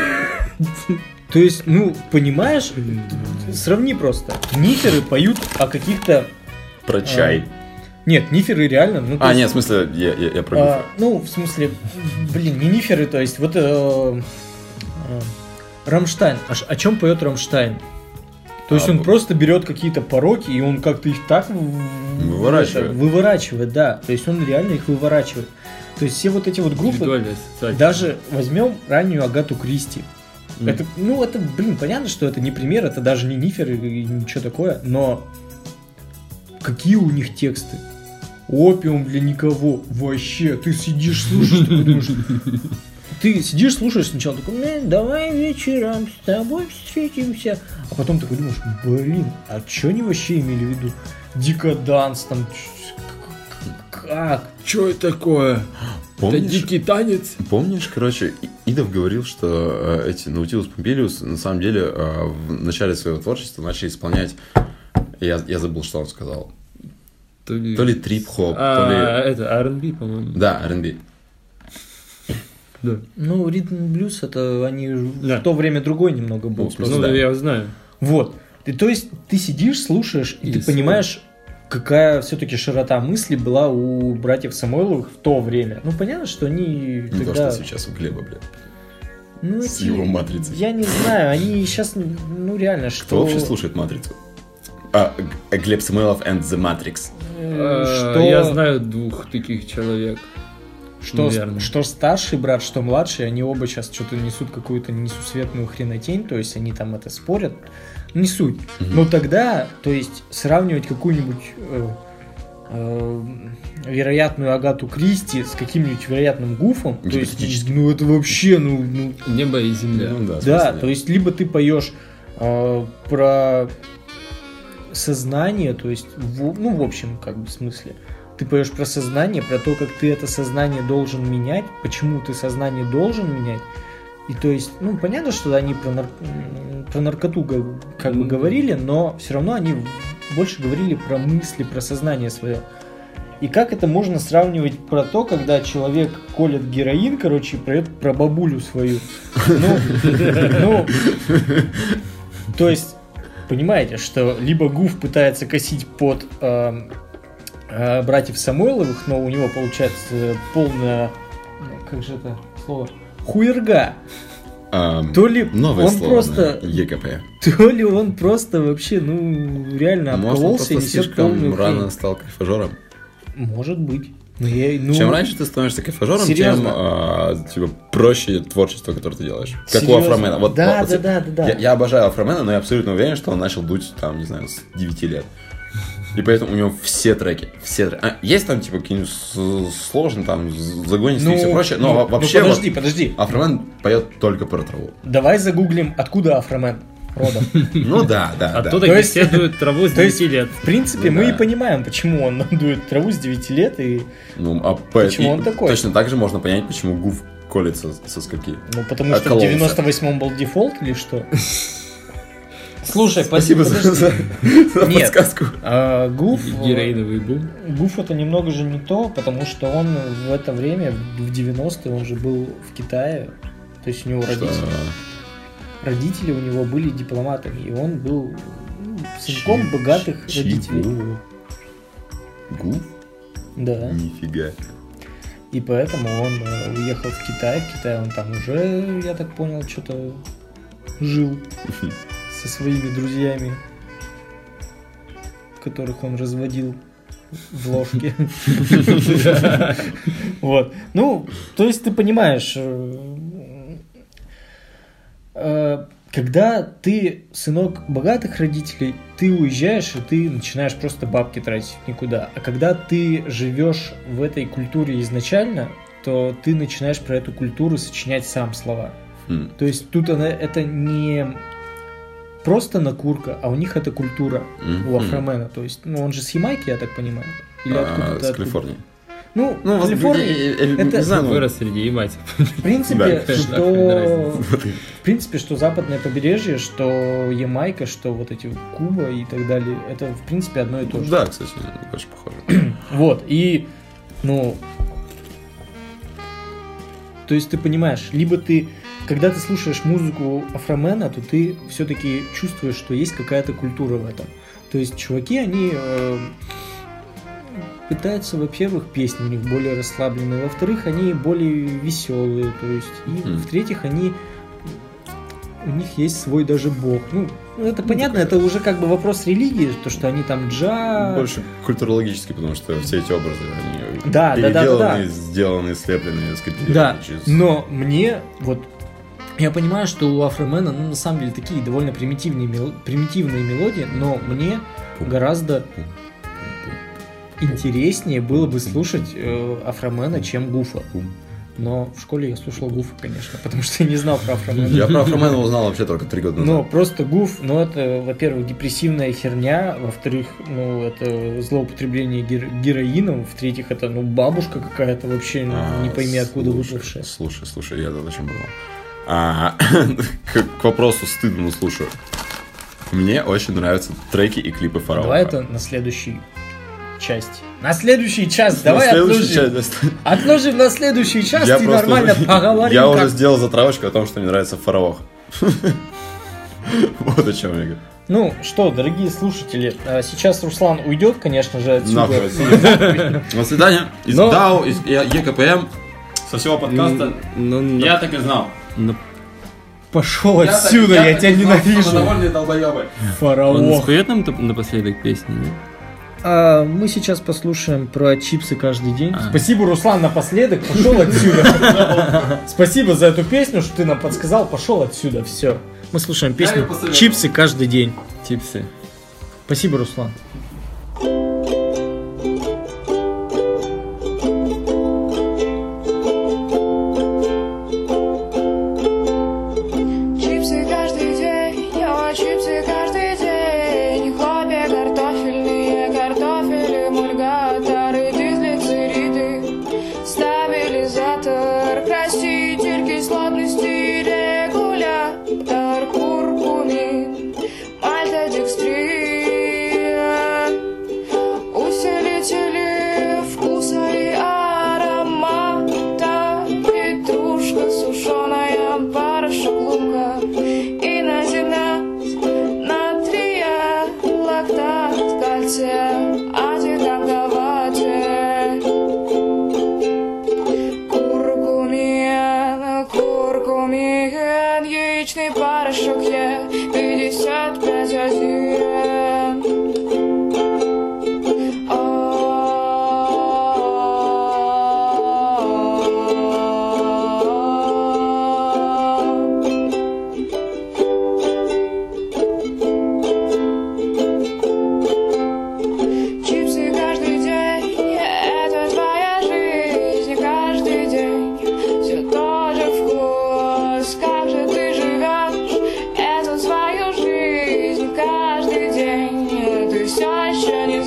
То есть, ну, понимаешь, сравни просто. Ниферы поют о каких-то... Про чай. Нет, ниферы реально... Ну, то А, есть, нет, в смысле, я, я, я про а, гуфа. ну, в смысле, блин, не ниферы, то есть, вот... э, э, Рамштайн. А ш- о чем поет Рамштайн? То есть А, он б- просто берет какие-то пороки, и он как-то их так в- Выворачивает. это, выворачивает, да. То есть он реально их выворачивает. То есть все вот эти вот группы, Индивидуальная ассоциация. даже возьмем раннюю Агату Кристи. Мгм. Это, ну, это, блин, понятно, что это не пример, это даже не нифер и ничего такое, но какие у них тексты? Опиум для никого. Вообще, ты сидишь, слушаешь, ты думаешь... Ты сидишь, слушаешь сначала, такой, «Ну, давай вечером с тобой встретимся. А потом такой думаешь, блин, а что они вообще имели в виду? Дикоданс, там, ч- к- как? Что это такое? Это Помнишь, дикий танец? помнишь, короче, И- Идов говорил, что э, эти Наутилус Помпилиус на самом деле э, в начале своего творчества начали исполнять, я, я забыл, что он сказал, То ли, то ли трип-хоп, а, то это ар энд би, по-моему. ли... Да, ар энд би. Да. Ну, ритм и блюз, это они Да. в то время другой немного был. Ну, в смысле, Ну, да. да, я знаю. Вот. И, то есть ты сидишь, слушаешь, и, И ты слушаешь. понимаешь, какая все-таки широта мысли была у братьев Самойловых в то время. Ну, понятно, что они Не то, тогда... что сейчас у Глеба, блядь. Ну, с эти- его матрицей. Я не знаю, они сейчас, ну, реально, что... Кто вообще слушает Матрицу? А, Г- Глеб Самойлов and the Matrix. э, А, Что... Я знаю двух таких человек. Что, Наверное. что старший брат, что младший, они оба сейчас что-то несут какую-то несусветную хренотень, то есть они там это спорят, не суть. Но тогда, то есть сравнивать какую-нибудь э, э, вероятную Агату Кристи с каким-нибудь вероятным гуфом, то есть, Гипотетически. ну это вообще, ну, ну Небо и земля. Ну да, в да, смысле, то есть либо ты поешь э, про сознание, то есть, в- ну в общем, как бы в смысле. Ты поешь про сознание, про то, как ты это сознание должен менять, почему ты сознание должен менять. И то есть, ну, понятно, что они про, нар- м, про наркоту га- как бы Мгм. говорили, но все равно они больше говорили про мысли, про сознание свое. И как это можно сравнивать про то, когда человек колет героин, короче, и поет про бабулю свою? Ну, ну, то есть, понимаете, что либо Гуф пытается косить под эм, э, братьев Самойловых, но у него получается полная, ну, как же это слово, хуерга. ам, То ли новое он слово просто, на ЕКП. то ли он просто вообще, ну, реально Может, он обкололся и просто несет слишком полную рано хрень. стал кайфажером. Может быть. Но я, ну, Чем раньше ты становишься кайфажером, тем Серьезно? а, типа, проще творчество, которое ты делаешь. Как у Серьезно? Афромена. Вот, Да, вот, да, да, да, да. Я, я обожаю Афромена, но я абсолютно уверен, что он начал дуть, там, не знаю, с девяти лет. И поэтому у него все треки, все треки. А, есть там, типа, какие-нибудь с- сложные, там, загонистые и все прочее, но ну, во- ну, вообще подожди, вот подожди. Афромен поет только про траву. Давай загуглим, откуда Афромен родом. Ну да, да, да. Оттуда То есть- беседуют траву с то есть- девяти лет. В принципе, Ну мы да. и понимаем, почему он дует траву с девяти лет, и Ну, а по- Почему и он такой? Точно так же можно понять, почему Гуф колется со скольки. ну потому что в Откололся. девяносто восьмом был дефолт или что? Слушай, Спасибо за, подожди. за- за Нет. подсказку. А, Гуф, Героиновый бум. Гуф это немного же не то, потому что он в это время, в девяностые, он же был в Китае, то есть у него родители, Что? родители у него были дипломатами, и он был ну, сынком Чи- богатых чи- родителей. Гуф? Гуф? Да. Нифига. И поэтому он э, уехал в Китай. В Китае он там уже, я так понял, что-то жил со своими друзьями, которых он разводил в ложке. Вот. Ну, то есть ты понимаешь, э, э, когда ты сынок богатых родителей, ты уезжаешь и ты начинаешь просто бабки тратить никуда. А когда ты живешь в этой культуре изначально, то ты начинаешь про эту культуру сочинять сам слова. Хм. То есть тут она, это не просто накурка, а у них это культура Мгм. у Афромена. То есть, ну он же с Ямайки, я так понимаю. Или А, откуда-то с оттуда. Калифорнии. Ну, Ну, в вас- Калифорнии, я- я- я это- не знаю, ну, Вырос среди ямайцев. в принципе, Да. что... вот и- В принципе, что западное побережье, что Ямайка, что вот эти вот Куба и так далее, это в принципе одно и то же. Да, кстати, очень похоже. Вот, и, ну, То есть ты понимаешь, либо ты, когда ты слушаешь музыку афромена, то ты все-таки чувствуешь, что есть какая-то культура в этом. То есть чуваки, они э, пытаются, во-первых, песни у них более расслабленные, во-вторых, они более веселые, то есть, и Mm. в-третьих, они у них есть свой даже бог. Ну, это понятно, это уже как бы вопрос религии, то, что они там джа... Больше культурологически, потому что все эти образы, они Да, да, да, да, переделаны, да. сделаны, слеплены, скопированы. Да, через- но мне вот я понимаю, что у Афромена, ну, на самом деле, такие довольно примитивные, мел- примитивные мелодии, но мне гораздо интереснее было бы слушать э, Афромена, чем Гуфа. Но в школе я слушал Гуфа, конечно, потому что я не знал про Афромена. Я про Афромена узнал вообще только три года назад. Но просто Гуф, ну это, во-первых, депрессивная херня, во-вторых, ну это злоупотребление гер- героином, в-третьих, это ну бабушка какая-то вообще А, не пойми откуда слушай, выпавшая. Слушай, слушай, я зачем был? А, к, к вопросу стыдно, но слушаю. Мне очень нравятся треки и клипы Фараона. Давай это на следующей части. На следующий час, На давай следующей отложим. части- Отложим на следующий час Я и просто нормально уже- поговорим. Я как- уже сделал затравочку о том, что мне нравится Фараон. Вот о чем я говорю. Ну что, дорогие слушатели, а, сейчас Руслан уйдет, конечно же, отсюда. Нахуй отсюда. До свидания. Из Но- дао, из ЕКПМ. Со всего подкаста. Ну, ну, Я так и знал. ну, Пошел отсюда, я, тебя ненавижу. Довольные долбоебы. Он Фараон. споет нам т- напоследок песни, нет? А, мы сейчас послушаем про чипсы каждый день. А. Спасибо, Руслан, напоследок. Пошел отсюда. Спасибо за эту песню, что ты нам подсказал. Пошел отсюда. Все. Мы слушаем песню «Чипсы каждый день». Чипсы. Спасибо, Руслан. Чипсы каждый день, я чипсы каждый день. Хлопья картофельные, картофель, эмульгаторы, дизглицериды, стабилизатор, краситель кислотности, регулятор, куркумин, мальтодекстрин, усилители вкуса и аромата, петрушка сушеная, порошок лука, иноземность, натрия, лактат, кальция, антиконгователь, куркумин, куркумин, яичный порошок Е пятьдесят пять один. Чипсы каждый день, это твоя жизнь каждый день, все тот же вкус, как же ты живешь эту свою жизнь каждый день, ты все еще не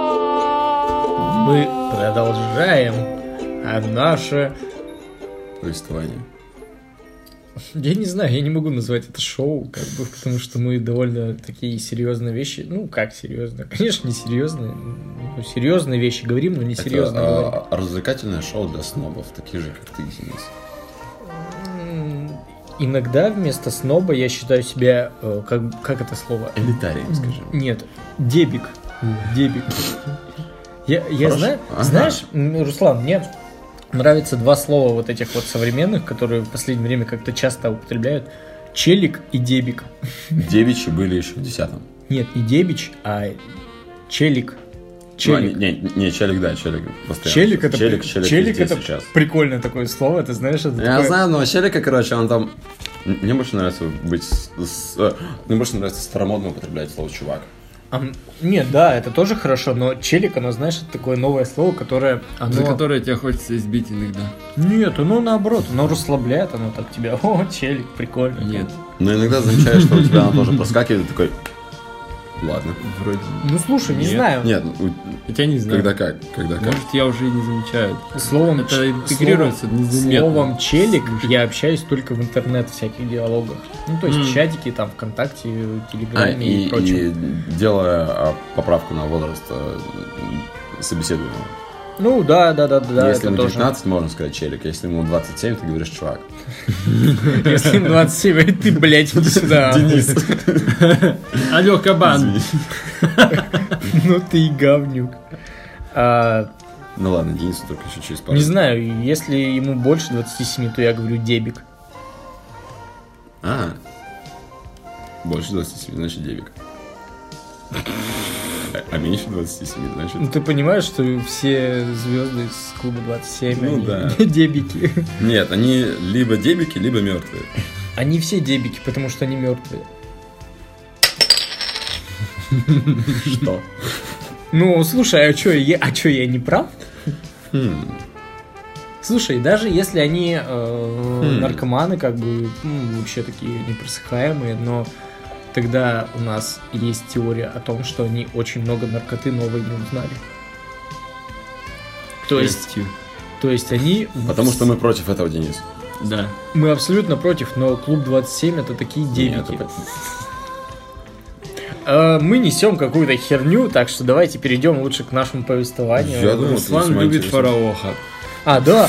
сдох. Мы продолжаем а наше... Повествование. Я не знаю, я не могу назвать это шоу, как бы, потому что мы довольно такие серьезные вещи, ну как серьезные, конечно не серьезные, ну, серьезные вещи говорим, но не серьезно говорим. Это а, развлекательное шоу для снобов, таких же, как ты, Денис. М, Иногда вместо сноба я считаю себя, э, как, как это слово? Элитарием, скажем. Нет, дебик. Дебик. Я, я Хорошо. знаю, Ага. знаешь, м, Руслан, мне нравятся два слова вот этих вот современных, которые в последнее время как-то часто употребляют. Челик и дебик. Девичьи были еще в десятом. Нет, не дебич, а челик. Челик. Ну, не, не, не, челик, да, челик. постоянно. Челик это, челик, при- челик, челик везде это сейчас. прикольное такое слово, ты знаешь, это Я такое- знаю, но челика, короче, он там... Мне больше нравится быть... с- с- э, Мне больше нравится старомодно употреблять слово «чувак». А, м, нет, да, это тоже хорошо, но челик, оно, знаешь, это такое новое слово, которое... Оно... За которое тебя хочется избить иногда. Нет, оно наоборот, оно расслабляет, оно так тебя, о, челик, прикольно. Нет, Но иногда замечаешь, что у тебя оно тоже проскакивает, и такой... Ладно. вроде. Ну, слушай, не Нет. знаю. Нет, ну, Хотя не знаю. когда как? Когда как? Может, я уже и не замечаю. Словом, Это ч- интегрируется словом- незаметно. Словом челик я общаюсь только в интернет всяких диалогах. Ну, то есть М. чатики там ВКонтакте, А, Телеграме и, и, прочее. и делая а, поправку на возраст а, собеседуемого. Ну, да, да, да, да, Если это ему тоже. девятнадцать, можно сказать челик. Если ему двадцать семь, ты говоришь чувак. Если им двадцать семь, а ты, блядь, иди сюда. Денис. Алло, кабан. Ну ты и говнюк. А, Ну ладно, Денису только еще через пару. не знаю, если ему больше двадцати семи, то я говорю дебик. А. Больше двадцати семи, значит дебик. А- А меньше двадцати семи, Ну значит... ты понимаешь, что все звезды из клуба двадцать семь, Ну они да. дебики. Нет, они либо дебики, либо мертвые. Они все дебики, потому что они мертвые. Что? Ну, слушай, а что, я, а чё, я не прав? Хм. Слушай, даже если они э, Хм. наркоманы, как бы, м, вообще такие непросыхаемые, но тогда у нас есть теория о том, что они очень много наркоты новой не узнали. То есть, то есть они... Потому что мы против этого, Денис. Да. Мы абсолютно против, но клуб двадцать семь это такие дебики. Нет, это- Э, Мы несем какую-то херню, так что давайте перейдем лучше к нашему повествованию. Я думал, Руслан весьма любит интересно. фараоха. А, да?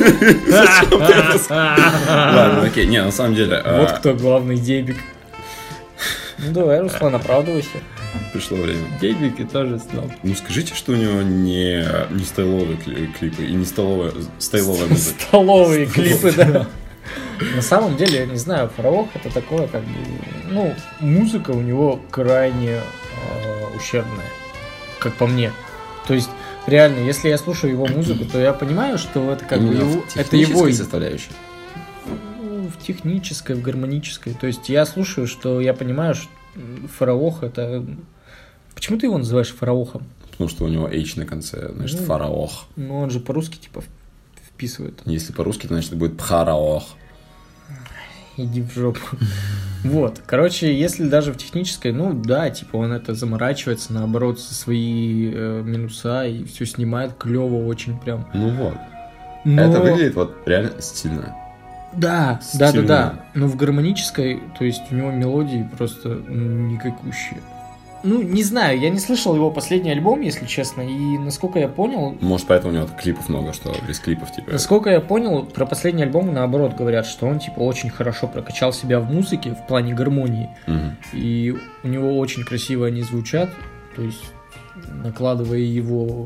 Ладно, окей, не, на самом деле... Вот а, кто главный дебик. Ну давай, Руслан, оправдывайся. Пришло время. Дебики тоже сноб. Ну скажите, что у него не, не стайловые кли- клипы и не стайловая, стайловая музыка. Столовые клипы, да. На самом деле, я не знаю, фараох это такое, как бы, ну, музыка у него крайне э, ущербная, как по мне. То есть, реально, если я слушаю его музыку, то я понимаю, что это как бы Именно его, в это его технической составляющей. ну, в технической, в гармонической. То есть я слушаю, что я понимаю, что фараох это... Почему ты его называешь фараохом? Потому что у него H на конце, значит, Ну. фараох. Ну, он же по-русски типа в- вписывает. Если по-русски, то значит это будет пхараох. Иди в жопу. Вот, короче, если даже в технической, ну да, типа он это заморачивается, наоборот, со свои э, минуса и все снимает клево очень прям. Ну вот. Но... Это выглядит вот реально стильно. Да, да, да, стильно. да. Но в гармонической, то есть у него мелодии просто м, никакущие. Ну, не знаю, я не слышал его последний альбом, если честно, и насколько я понял, Может, поэтому у него клипов много, что без клипов, типа... насколько я понял, про последний альбом наоборот говорят, что он типа очень хорошо прокачал себя в музыке в плане гармонии. Мгм. И у него очень красиво они звучат, то есть накладывая его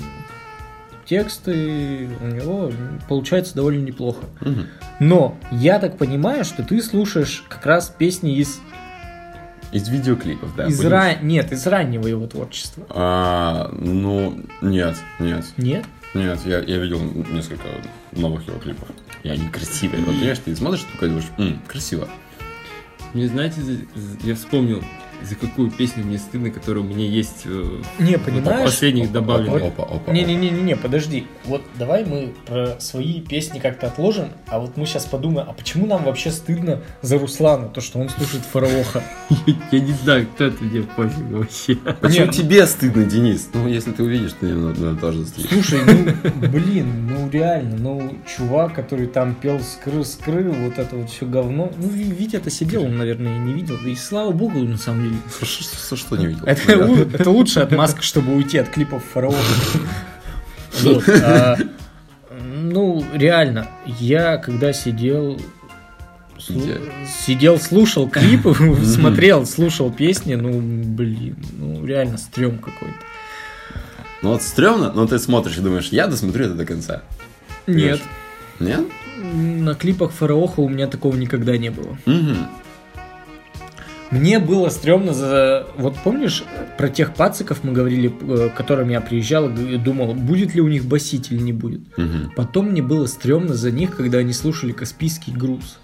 тексты, у него получается довольно неплохо. Мгм. Но я так понимаю, что ты слушаешь как раз песни из, Из видеоклипов, да. из будем- ра- нет, из раннего его творчества. А, ну, нет, нет. Нет? Нет, я, я видел несколько новых его клипов. И они красивые. Вот, понимаешь, ты смотришь, такой думаешь, «М, красиво». Мне, знаете, за- за- я вспомнил, за какую песню мне стыдно, которая у меня есть э, Не, в понимаешь? последних добавленных. Опа, опа, опа. Не-не-не-не, подожди. Вот давай мы про свои песни как-то отложим, а вот мы сейчас подумаем, а почему нам вообще стыдно за Руслана, то, что он слушает фараоха? Я не знаю, кто это, мне пофиг вообще. Почему Нет. тебе стыдно, Денис? Ну, если ты увидишь, ты наверное, тоже стыдно. Слушай, ну, блин, ну реально, ну, чувак, который там пел скры-скры, вот это вот все говно. Ну, Ви- Витя-то сидел, он, наверное, и не видел. И слава богу, на самом деле. Что, что не видел? Это, лу- это лучшая отмазка, чтобы уйти от клипов фараона. Вот, а, ну, реально, я когда сидел... слу- Где? Сидел, слушал клипы, смотрел, слушал песни, ну, блин, ну, реально стрём какой-то. Ну вот стрёмно, но ты смотришь и думаешь, я досмотрю это до конца. Нет, Нет? на клипах фараоха у меня такого никогда не было. Угу. Мне было стрёмно за... Вот помнишь, про тех пациков мы говорили, э, к которым я приезжал и думал, будет ли у них басить или не будет. Угу. Потом мне было стрёмно за них, когда они слушали «Каспийский груз».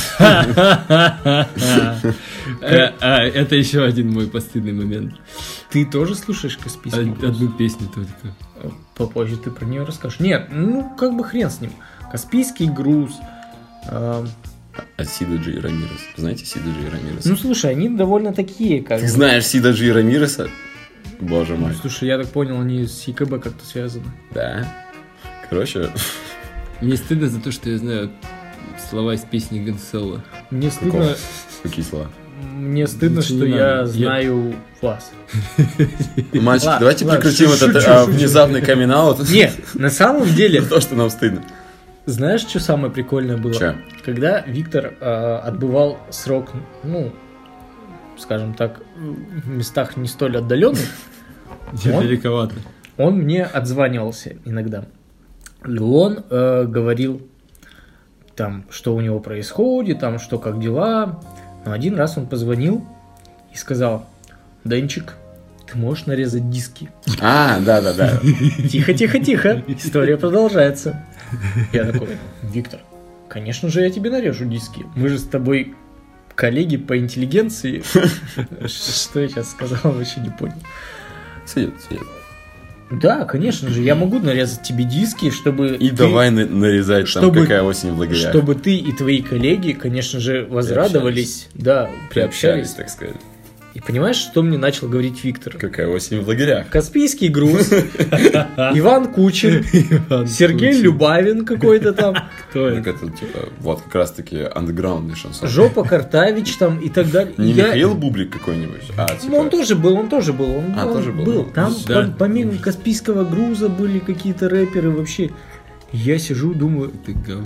Э, а, это еще один мой постыдный момент. Ты тоже слушаешь «Каспийский Од- груз»? Одну песню только. Э, Попозже ты про нее расскажешь. Нет, ну как бы хрен с ним. «Каспийский груз». э, А Сида Джи Рамирес. Знаете Сида Джи Рамирес? Ну слушай, они довольно такие, как... Ты знаешь Сида Джи Рамиреса? Боже мой. Слушай, я так понял, они с ЕКБ как-то связаны. Да. Короче, Мне стыдно за то, что я знаю слова из песни Гансела. Мне стыдно... какого? Какие слова? мне стыдно, Лучше что не я надо. Я- знаю вас. Мальчики, Ладно, давайте ладно, прекратим шучу, этот шучу, а, шучу. внезапный камин-аут. Нет, на самом деле, За то, что нам стыдно. знаешь, что самое прикольное было? Че? Когда Виктор э, отбывал срок, ну, скажем так, в местах не столь отдаленных, Я Он? далековато. он мне отзванивался иногда. И он э, говорил, там, что у него происходит, там, что как дела. Но один раз он позвонил и сказал: Денчик, ты можешь нарезать диски? А, да-да-да. Тихо, тихо, тихо, история продолжается. Я такой: Виктор, конечно же я тебе нарежу диски. Мы же с тобой коллеги по интеллигенции. Что я сейчас сказал, вообще не понял. Сидит, сидит. Да, конечно же, я могу нарезать тебе диски, чтобы И ты- давай на- нарезать там чтобы- «Какая осень в лагерях». чтобы ты и твои коллеги, конечно же, возрадовались, да, приобщались. так сказать. И понимаешь, что мне начал говорить Виктор? «Какая осень в лагерях». Каспийский груз, Иван Кучин, Сергей Любавин какой-то там, Кто Так это? это, типа, вот как раз-таки андеграундный шансон. Жопа Картавич там и так далее. Не Я- Михаил Бублик какой-нибудь, а Ну, он типа... тоже был, он тоже был. Он, А, он тоже был. Там Да. пом- помимо Каспийского груза были какие-то рэперы вообще. Я сижу, думаю... Ты говно.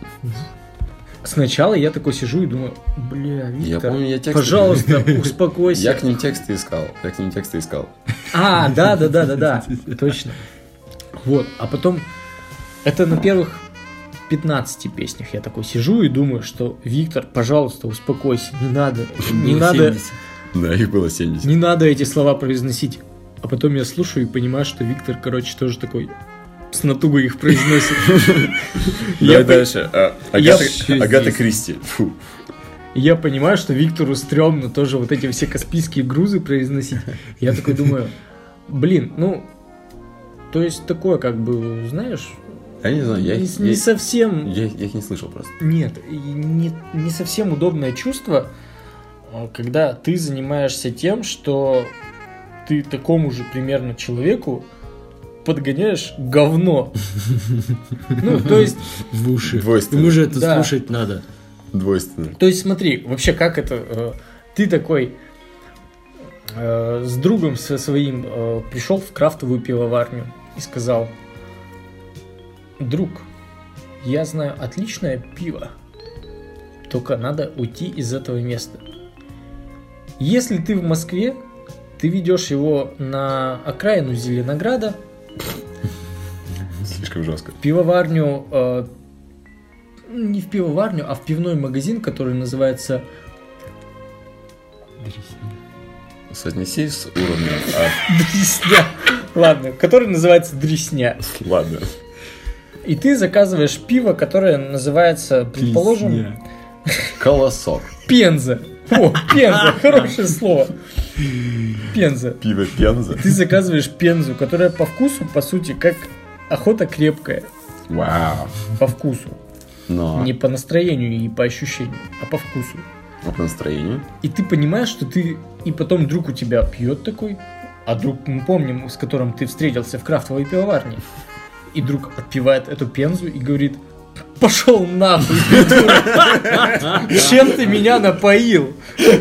Сначала я такой сижу и думаю: бля, Виктор, Я помню, я тексты... пожалуйста, успокойся. Я к ним тексты искал. Я к ним тексты искал. А, да, да, да, да, да, точно. Вот, а потом это на первых пятнадцати песнях я такой сижу и думаю, что Виктор, пожалуйста, успокойся, не надо, не Было надо, семьдесят. Да, их было семьдесят. не надо эти слова произносить. А потом я слушаю и понимаю, что Виктор, короче, тоже такой с натугой их произносит. Давай Я по- дальше. А, я- Агата Агата Кристи. Фу. Я понимаю, что Виктору стрёмно тоже вот эти все каспийские грузы произносить. Я такой думаю: блин, ну, то есть такое, как бы, знаешь, Я не знаю, я не, их не я- совсем... я- я их не слышал просто. Нет, и не, не совсем удобное чувство, а, когда ты занимаешься тем, что ты такому же примерно человеку подгоняешь говно. Ну, то есть, В уши. Двойственно. Ему же это Да. слушать надо. Двойственно. то есть смотри, вообще как это... э, Ты такой э, с другом со своим э, пришел в крафтовую пивоварню и сказал: друг, я знаю отличное пиво, только надо уйти из этого места. Если ты в Москве, ты ведешь его на окраину Зеленограда, Слишком жестко. в пивоварню, э, не в пивоварню, а в пивной магазин, который называется... Соотнеси с уровнем. А, Дресня. Ладно, который называется Дресня. ладно. И ты заказываешь пиво, которое называется, предположим, Песня. Колосок. Пенза. О, Пенза, хорошее слово. Пенза. Пиво Пенза. Ты заказываешь Пензу, которая по вкусу, по сути, как охота крепкая. Вау. По вкусу. Но. Не по настроению и по ощущению, а по вкусу. А по настроению? И ты понимаешь, что ты... И потом друг у тебя пьет такой, а друг, мы помним, с которым ты встретился в крафтовой пивоварне. И друг отпивает эту Пензу и говорит: пошел нахуй, придурок. Чем ты меня напоил?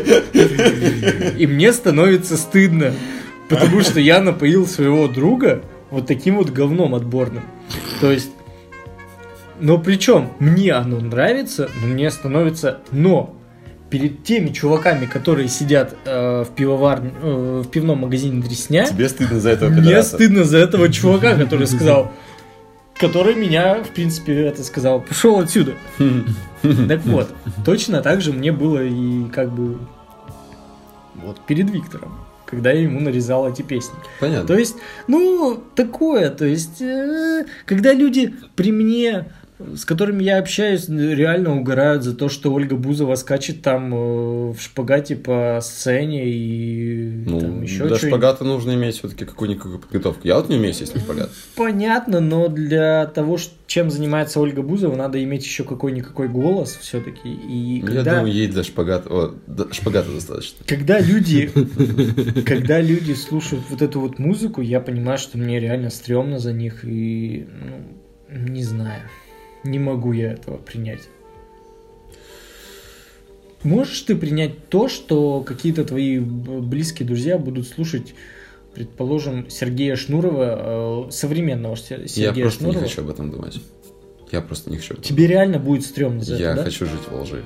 И мне становится стыдно, потому что я напоил своего друга вот таким вот говном отборным. То есть, но причем мне оно нравится, но мне становится... Но перед теми чуваками, которые сидят э, в, пивоварне, э, в пивном магазине Дресня, Тебе стыдно за этого мне пидораса. стыдно за этого чувака, который сказал... Который меня, в принципе, это сказал: пошел отсюда. Так вот, точно так же мне было и как бы вот перед Виктором, когда я ему нарезал эти песни. Понятно. То есть, ну, такое, то есть, э, когда люди при мне, с которыми я общаюсь, реально угорают за то, что Ольга Бузова скачет там э, в шпагате по сцене и Ну, там еще для что-нибудь. шпагата нужно иметь все-таки какую-никакую подготовку. Я вот не умею сесть на шпагат. Понятно, но для того, ш- чем занимается Ольга Бузова, надо иметь еще какой-никакой голос все-таки. И Я когда, думаю, ей для шпагата... О, да, шпагата достаточно. когда люди, когда люди слушают вот эту вот музыку, я понимаю, что мне реально стрёмно за них и, ну, не знаю, не могу я этого принять. можешь ты принять то, что какие-то твои б- близкие друзья будут слушать, предположим, Сергея Шнурова, э, современного Се- Я Сергея просто Шнурова? не хочу об этом думать. Я просто не хочу об этом Тебе реально будет стрёмно за думать. Я это, да? хочу жить во лжи.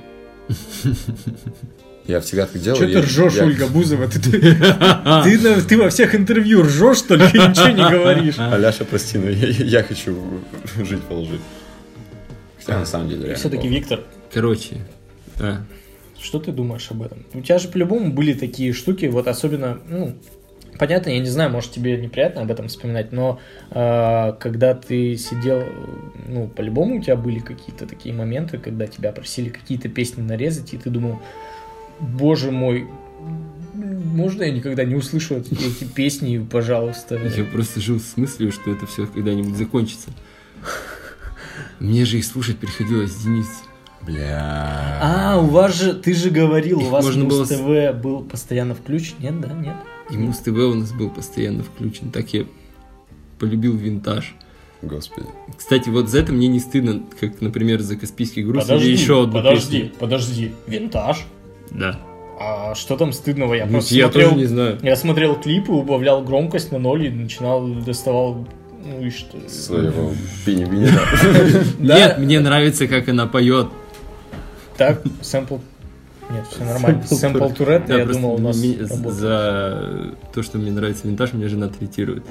Я всегда так делаю. Что ты я- ржешь, я- Ольга Бузова? Ты, ты, ты на- ты во всех интервью ржешь, только и ничего не говоришь. Аляша, прости, но я, я хочу жить во лжи. Хотя на самом деле реально. Все-таки, плохо. Виктор, Короче, а, что ты думаешь об этом? У тебя же по-любому были такие штуки, вот особенно, ну, понятно, я не знаю, может тебе неприятно об этом вспоминать, но э, когда ты сидел, ну, по-любому у тебя были какие-то такие моменты, когда тебя просили какие-то песни нарезать, и ты думал, боже мой, можно я никогда не услышу эти, эти песни, пожалуйста? я просто жил с мыслью, что это все когда-нибудь закончится. Мне же их слушать приходилось, Денис. Бля. А, у вас же, ты же говорил, Их у вас можно было Муз-ТВ был постоянно включен, нет, да, нет? И Муз-ТВ у нас был постоянно включен. Так я полюбил винтаж. Господи. Кстати, вот за это мне не стыдно, как, например, за Каспийский груз или еще одну подожди, песню. подожди, винтаж? Да. А что там стыдного? Я Ну, просто я смотрел, тоже не знаю. я смотрел клипы, убавлял громкость на ноль и начинал, доставал, ну и что? Своего пини-бини. Нет, мне нравится, как она поет. Так, сэмпл... Нет, все нормально. Сэмпл Туретта, Да, я просто думал, у нас ми- работает. за то, что мне нравится винтаж, меня жена третирует.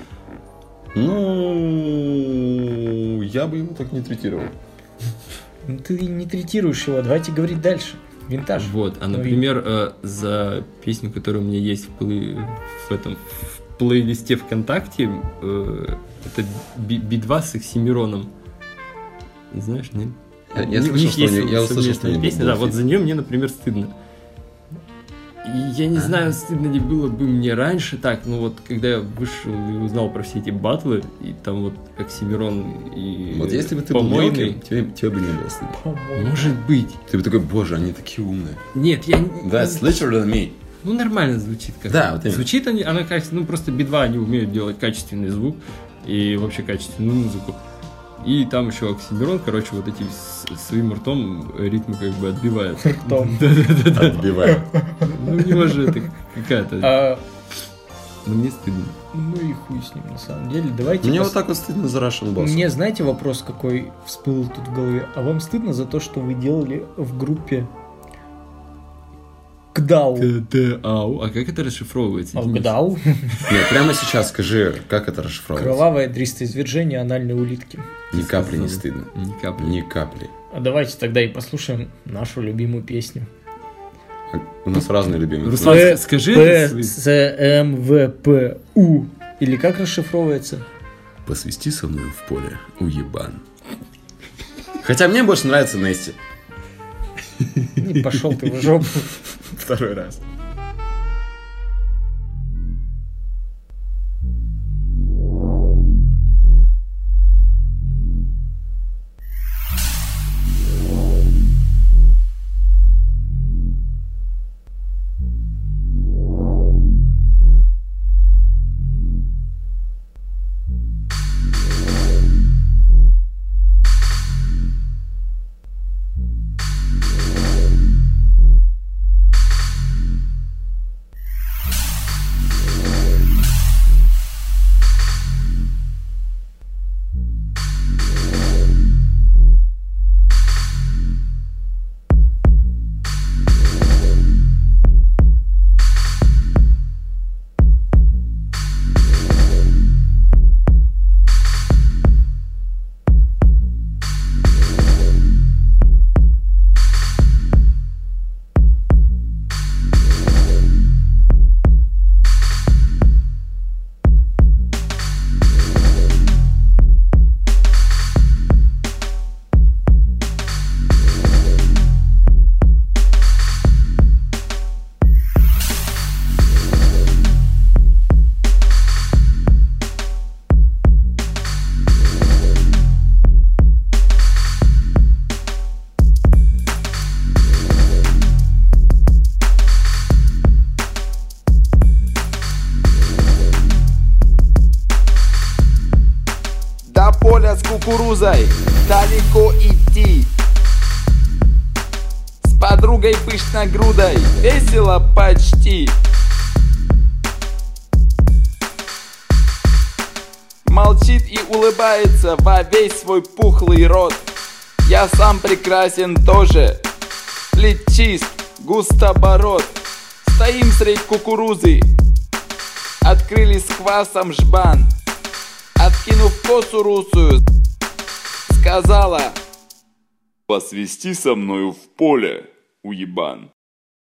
Ну, я бы его так не третировал. Ну, ты не третируешь его, давайте говорить дальше. Винтаж. Вот, а, Ну и- например, э, за песню, которая у меня есть в, плей- в этом в плейлисте ВКонтакте, э, это Би- Би-два с Оксимироном. Знаешь, нет? Я- я У слышал, них что есть у них- я услышал, совместная что у них песня, был да, вот фит. за нее мне, например, стыдно. И я не знаю, стыдно ли было бы мне раньше так, но вот когда я вышел и узнал про все эти батлы, и там вот Оксимирон и Вот если бы ты был Помойный, мелким, тебе, тебе бы не было стыдно. По-моему. может быть. Ты бы такой, боже, они такие умные. Нет, я... That's literally me. Ну, нормально звучит как Да, вот именно. Звучит они, она как, ну, просто Би-два, они умеют делать качественный звук и вообще качественную музыку. И там еще Оксимирон, короче, вот этим с- своим ртом ритмы как бы отбивает. Ртом. Отбиваю. Ну, у него же это какая-то... А, Ну, мне стыдно. ну и хуй с ним, на самом деле. Давайте... Мне пос- вот так вот стыдно за Russian Boss. Мне, знаете, вопрос какой всплыл тут в голове? А вам стыдно за то, что вы делали в группе КДАУ? Т-Т-Ау. А как это расшифровывается? А в Денис? КДАУ? Нет, прямо сейчас скажи, как это расшифровывается. Кровавое дрестоизвержение анальной улитки. Ни капли не стыдно. Ни капли. Ни капли. А давайте тогда и послушаем нашу любимую песню. У нас разные любимые. Руслан, П- скажи П это своим. С М В П У. Или как расшифровывается? Посвисти со мной в поле, уебан. Хотя мне больше нравится Нести. Не пошел ты в жопу. Второй раз. До поля с кукурузой далеко идти. С подругой пышногрудой, весело почти. Молчит и улыбается во весь свой пухлый рот. Я сам прекрасен тоже, плечист, густобород. Стоим средь кукурузы, открыли с квасом жбан. Откинув косу русую, сказала: посвисти со мною в поле, уебан.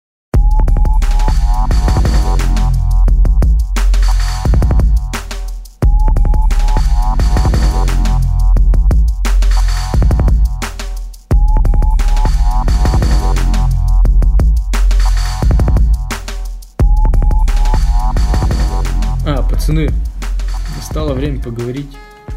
А, пацаны, настало время поговорить.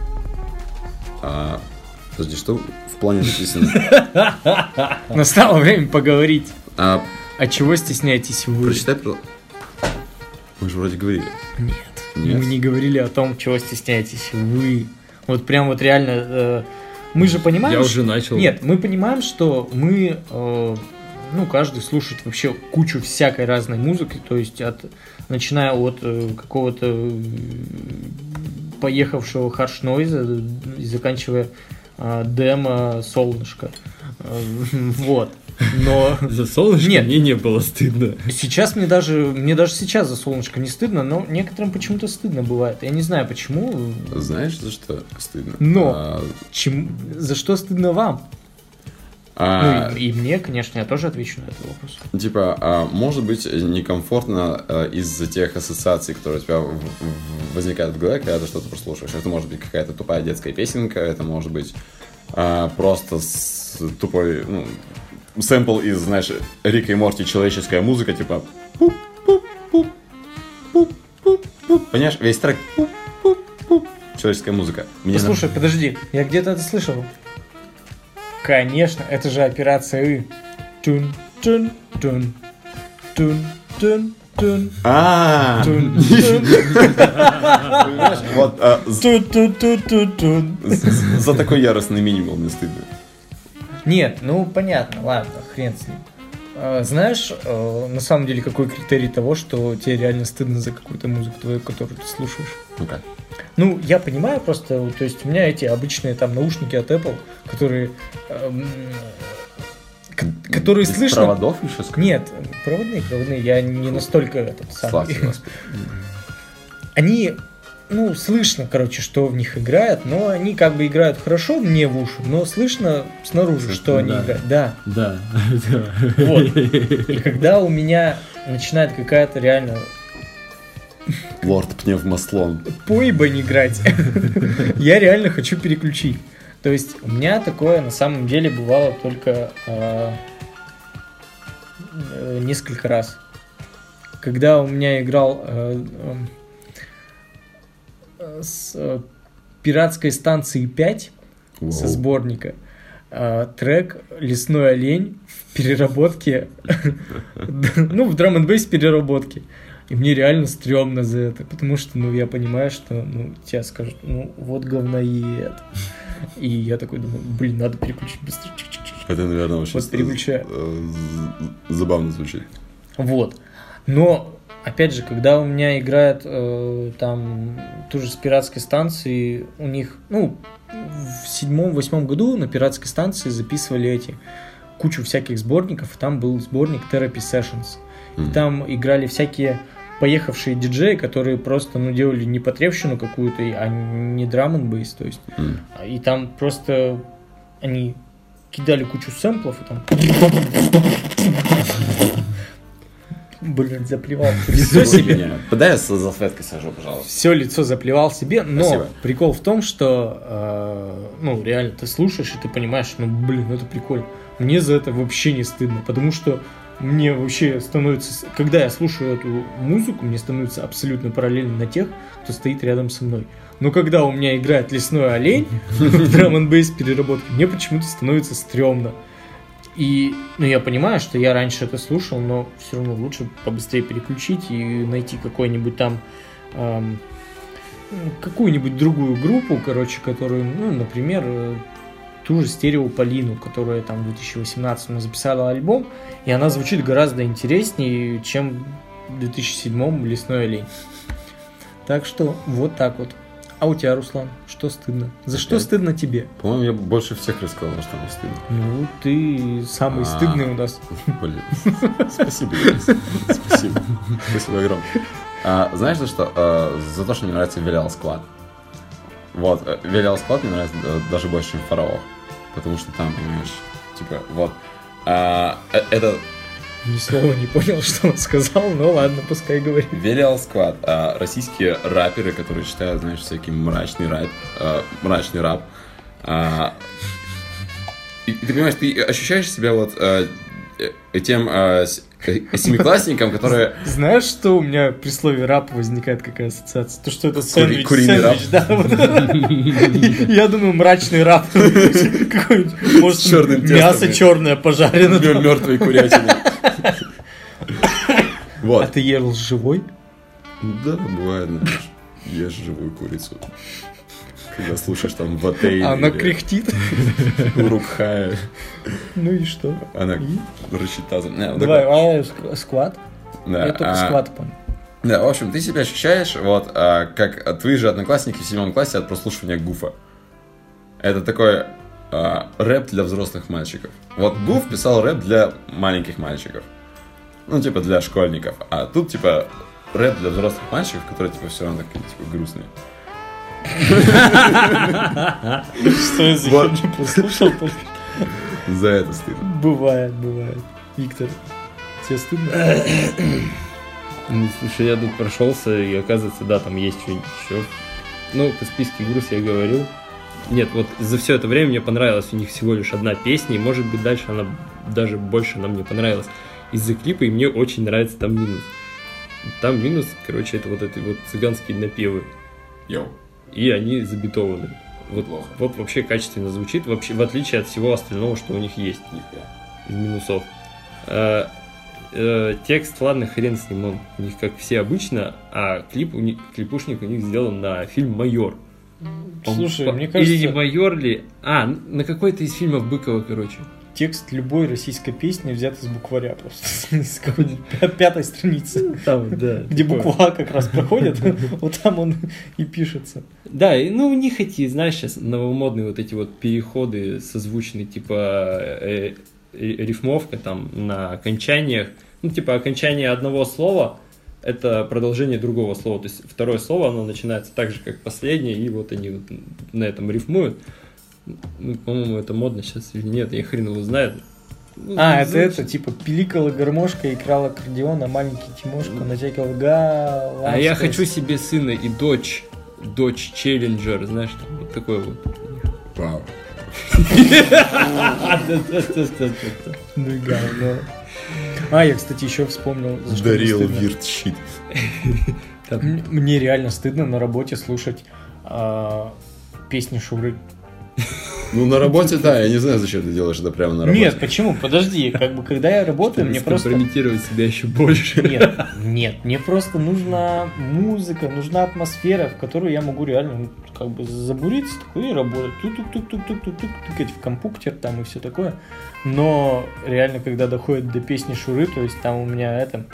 А, подожди, что в плане написано? Настало время поговорить. А, А чего стесняетесь вы? прочитай, пожалуйста. Мы же вроде говорили. Нет, Нет? мы не говорили о том, чего стесняетесь вы. Вот прям вот реально... э, мы же понимаем... Я что- уже начал. Нет, мы понимаем, что мы... э, ну, каждый слушает вообще кучу всякой разной музыки, то есть от... Начиная от э, какого-то э, поехавшего харш-нойза и заканчивая э, демо «Солнышко». Э, вот. Но... За солнышко Нет. мне не было стыдно. Сейчас мне даже, мне даже сейчас за солнышко не стыдно, но некоторым почему-то стыдно бывает. Я не знаю почему. Знаешь, за что стыдно? Но. А, Чем, за что стыдно вам? а, Ну и, и мне, конечно, я тоже отвечу на этот вопрос. Типа, а, может быть некомфортно а, из-за тех ассоциаций, которые у тебя в- в- возникают в голове, когда ты что-то прослушиваешь. Это может быть какая-то тупая детская песенка, это может быть а, просто с- тупой, ну, сэмпл из, знаешь, Рика и Морти, человеческая музыка, типа пуп-пуп-пуп, пуп-пуп-пуп. Понимаешь, весь трек пуп-пуп-пуп, человеческая музыка. Мне Послушай, подожди, я где-то это слышал. Конечно, это же операция И. Тун, тун, тун, тун, тун, тун, А, тун, понимаешь, вот а, з- тун, тун, тун, тун, тун. з- за такой яростный минимал мне стыдно. Нет, ну понятно, ладно, хрен с ним. А, знаешь, э, на самом деле, какой критерий того, что тебе реально стыдно за какую-то музыку твою, которую ты слушаешь? Ну как? Ну, я понимаю просто, то есть у меня эти обычные там наушники от Apple, которые, эм, к- которые Без слышно... проводов еще скажи? Нет, проводные, проводные, я не настолько этот самый. Славься, Господи. Они, ну, слышно, короче, что в них играет, но они как бы играют хорошо мне в уши, но слышно снаружи, что они Да. играют. Да. Да. Вот. И когда у меня начинает какая-то реально Лорд Пневмослон. поебань играть, я реально хочу переключить. То есть у меня такое на самом деле бывало только э, э, несколько раз. Когда у меня играл э, э, с э, пиратской станции пять со Воу. сборника э, трек «Лесной олень» в переработке, ну, в драм-н-бейс переработке. И мне реально стрёмно за это, потому что, ну, я понимаю, что, ну, тебе скажут, ну, вот говноед. И я такой думаю, блин, надо переключить быстро. Чик-чик-чик. Это, наверное, очень Вот переключаю. э, з- забавно звучит. Вот. Но, опять же, когда у меня играет э, там тоже с пиратской станции, у них, ну, в седьмом-восьмом году на пиратской станции записывали эти кучу всяких сборников, и там был сборник Therapy Sessions. И Мгм. там играли всякие поехавшие диджеи, которые просто, ну, делали не потребщину какую-то, а не драм н бейс, то есть. М. И там просто они кидали кучу сэмплов, и там... Блин, заплевал лицо себе. Не, Подай я с салфеткой сажу, пожалуйста. Все лицо заплевал себе, но Спасибо. прикол в том, что, э, ну, реально, ты слушаешь, и ты понимаешь, ну, блин, это прикольно. Мне за это вообще не стыдно, потому что мне вообще становится, когда я слушаю эту музыку, мне становится абсолютно параллельно на тех, кто стоит рядом со мной. Но когда у меня играет «Лесной олень» в драм-н-бейс переработке, мне почему-то становится стрёмно. И, ну, я понимаю, что я раньше это слушал, но все равно лучше побыстрее переключить и найти какой-нибудь там эм, ну, какую-нибудь другую группу, короче, которую, ну, например, э, ту же Стерео Полину, которая там в две тысячи восемнадцатом записала альбом, и она звучит гораздо интереснее, чем в две тысячи седьмом Лесной олень. Так что вот так вот. А у тебя, Руслан, что стыдно? За что Опять? стыдно тебе? По-моему, я больше всех рассказал, что мне стыдно. Ну, ты самый А. стыдный у нас. Блин. Спасибо, Денис. Спасибо. Спасибо огромное. А, знаешь за что? А, за то, что мне нравится Велиал Склад. Вот, э, Велиал Склад мне нравится э, даже больше, чем Фараох. Потому что там, понимаешь, типа, вот. А, э, это Ни слова не понял, что он сказал, но ладно, пускай говорит. Велиал Склад. А, российские рэперы, которые читают, знаешь, всякий мрачный рэп. а, мрачный рэп. А, и, и ты понимаешь, ты ощущаешь себя вот а, э, тем а, с- э, семиклассником, которые... Знаешь, что у меня при слове рап возникает какая ассоциация? То, что это сэндвич, куриный сэндвич, да. вот. Я думаю, мрачный рап. Какой-нибудь, может, С чёрным тестом, мясо да. черное пожарено. Мертвой курятины. А Вот. ты ел живой? Да, бывает, знаешь, ешь живую курицу. Когда слушаешь там Ватей Она или кряхтит. Урукхая, Ну и что? она рычит тазом. Не, вот Давай, такое. а ск- сквад? Да, Я только а, сквад помню. Да, в общем, ты себя ощущаешь, вот, а, как твои же одноклассники в седьмом классе от прослушивания Гуфа. Это такой а, рэп для взрослых мальчиков. Вот Гуф писал рэп для маленьких мальчиков. Ну, типа, для школьников. А тут, типа, рэп для взрослых мальчиков, которые, типа, все равно такие, типа, грустные. Что я за Вот. херню послушал? За это стыдно. Бывает, бывает. Виктор, тебе стыдно? Ну, слушай, я тут прошелся, и оказывается, да, там есть что-нибудь еще. Ну, Каспийский груз я говорил. Нет, вот за все это время мне понравилась у них всего лишь одна песня, и может быть дальше она даже больше она мне понравилась из-за клипа, и мне очень нравится там минус. Там минус, короче, это вот эти вот цыганские напевы, Йоу. и они забитованы. Вот, Плохо. вот вообще качественно звучит, вообще, в отличие от всего остального, что у них есть из минусов. А, э, текст, ладно, хрен с ним, он у них как все обычно, а клип у них, клипушник у них сделан на фильм «Майор». Слушай, По- мне кажется, Или не «Майор» ли? А, на какой-то из фильмов Быкова, короче. текст любой российской песни взят из букваря просто. С какой-нибудь пя- пятой страницы. Там, да. Где буква А как раз проходит, вот там он и пишется. Да, и, ну у них эти, знаешь, сейчас новомодные вот эти вот переходы созвучные, типа э, э, рифмовка там на окончаниях. Ну, типа окончание одного слова — это продолжение другого слова. То есть второе слово, оно начинается так же, как последнее, и вот они вот на этом рифмуют. Ну, по-моему, это модно сейчас или нет, я хрен его знает. Ну, А, это звучит. это, типа, пиликала гармошка, играл аккордеон, а маленький Тимошка натягивал га. А я хочу себе сына и дочь, дочь Челленджер, знаешь, там вот такой вот. Вау. Ну и говно. А, я, кстати, еще вспомнил, за что мне Дарил стыдно. вирт щит. М- Мне реально стыдно на работе слушать а, песни Шуры. Ну, на работе, да, я не знаю, зачем ты делаешь это прямо на работе. Нет, почему? Подожди, как бы, когда я работаю, мне просто... Скомпрометировать себя еще больше. Нет, нет, мне просто нужна музыка, нужна атмосфера, в которую я могу реально, ну, как бы, забуриться такой и работать. Тук-тук-тук-тук-тук-тук, тыкать в компьютер там и все такое. Но реально, когда доходит до песни Шуры, то есть там у меня это...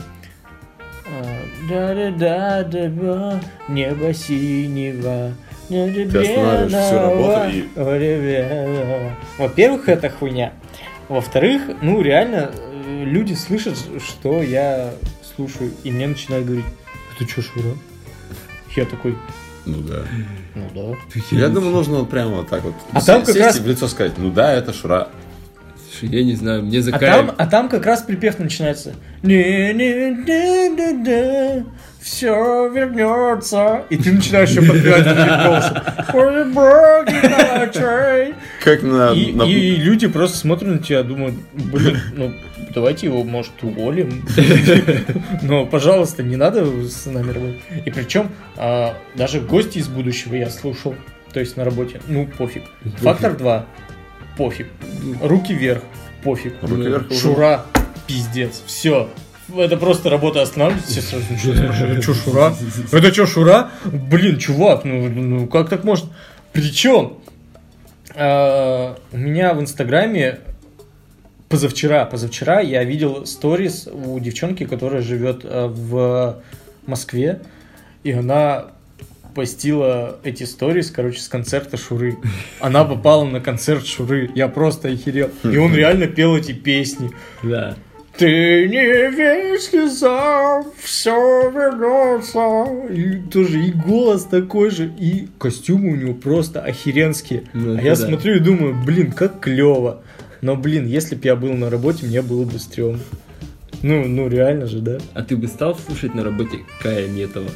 Да-да-да-да, небо синего. Ты останавливаешь всю работу и- Во-первых, это хуйня. Во-вторых, ну реально, э, люди слышат, что я слушаю, и мне начинают говорить: это что, Шура? Я такой: Ну да. ну да. Я думаю, нужно вот прямо вот так вот А се- там как сесть раз- и в лицо сказать, ну да, это Шура. Слушай, я не знаю, мне за А кайф. там, а там как раз припев начинается: не-не-не-не-не, все вернется. И ты начинаешь еще подпевать другим голосом. For the broken heart. Как на... И, на- и люди просто смотрят на тебя, думают: блин, ну давайте его, может, уволим. Но, пожалуйста, не надо с нами работать. И причем а, даже гости из будущего я слушал, то есть на работе. Ну, пофиг. Фактор два. Пофиг. Руки вверх. Пофиг. Руки вверх уже. Шура. Пиздец. Все. Это просто работа останавливается. Все сразу начинают спрашивать: это что, Шура? Это что, Шура? Блин, чувак, ну, ну как так можно? Причем А, у меня в Инстаграме позавчера, позавчера я видел сторис у девчонки, которая живет а, в Москве, и она постила эти сторис, короче, с концерта Шуры. Она попала на концерт Шуры, я просто охерел. И он реально пел эти песни. Да. Ты не весь сам, все вернется. И тоже и голос такой же, и костюмы у него просто охеренские. Ну, а я да. смотрю и думаю, блин, как клево. Но, блин, если бы я был на работе, мне было бы стрёмно. Ну, ну реально же, да? А ты бы стал слушать на работе Кая Метова?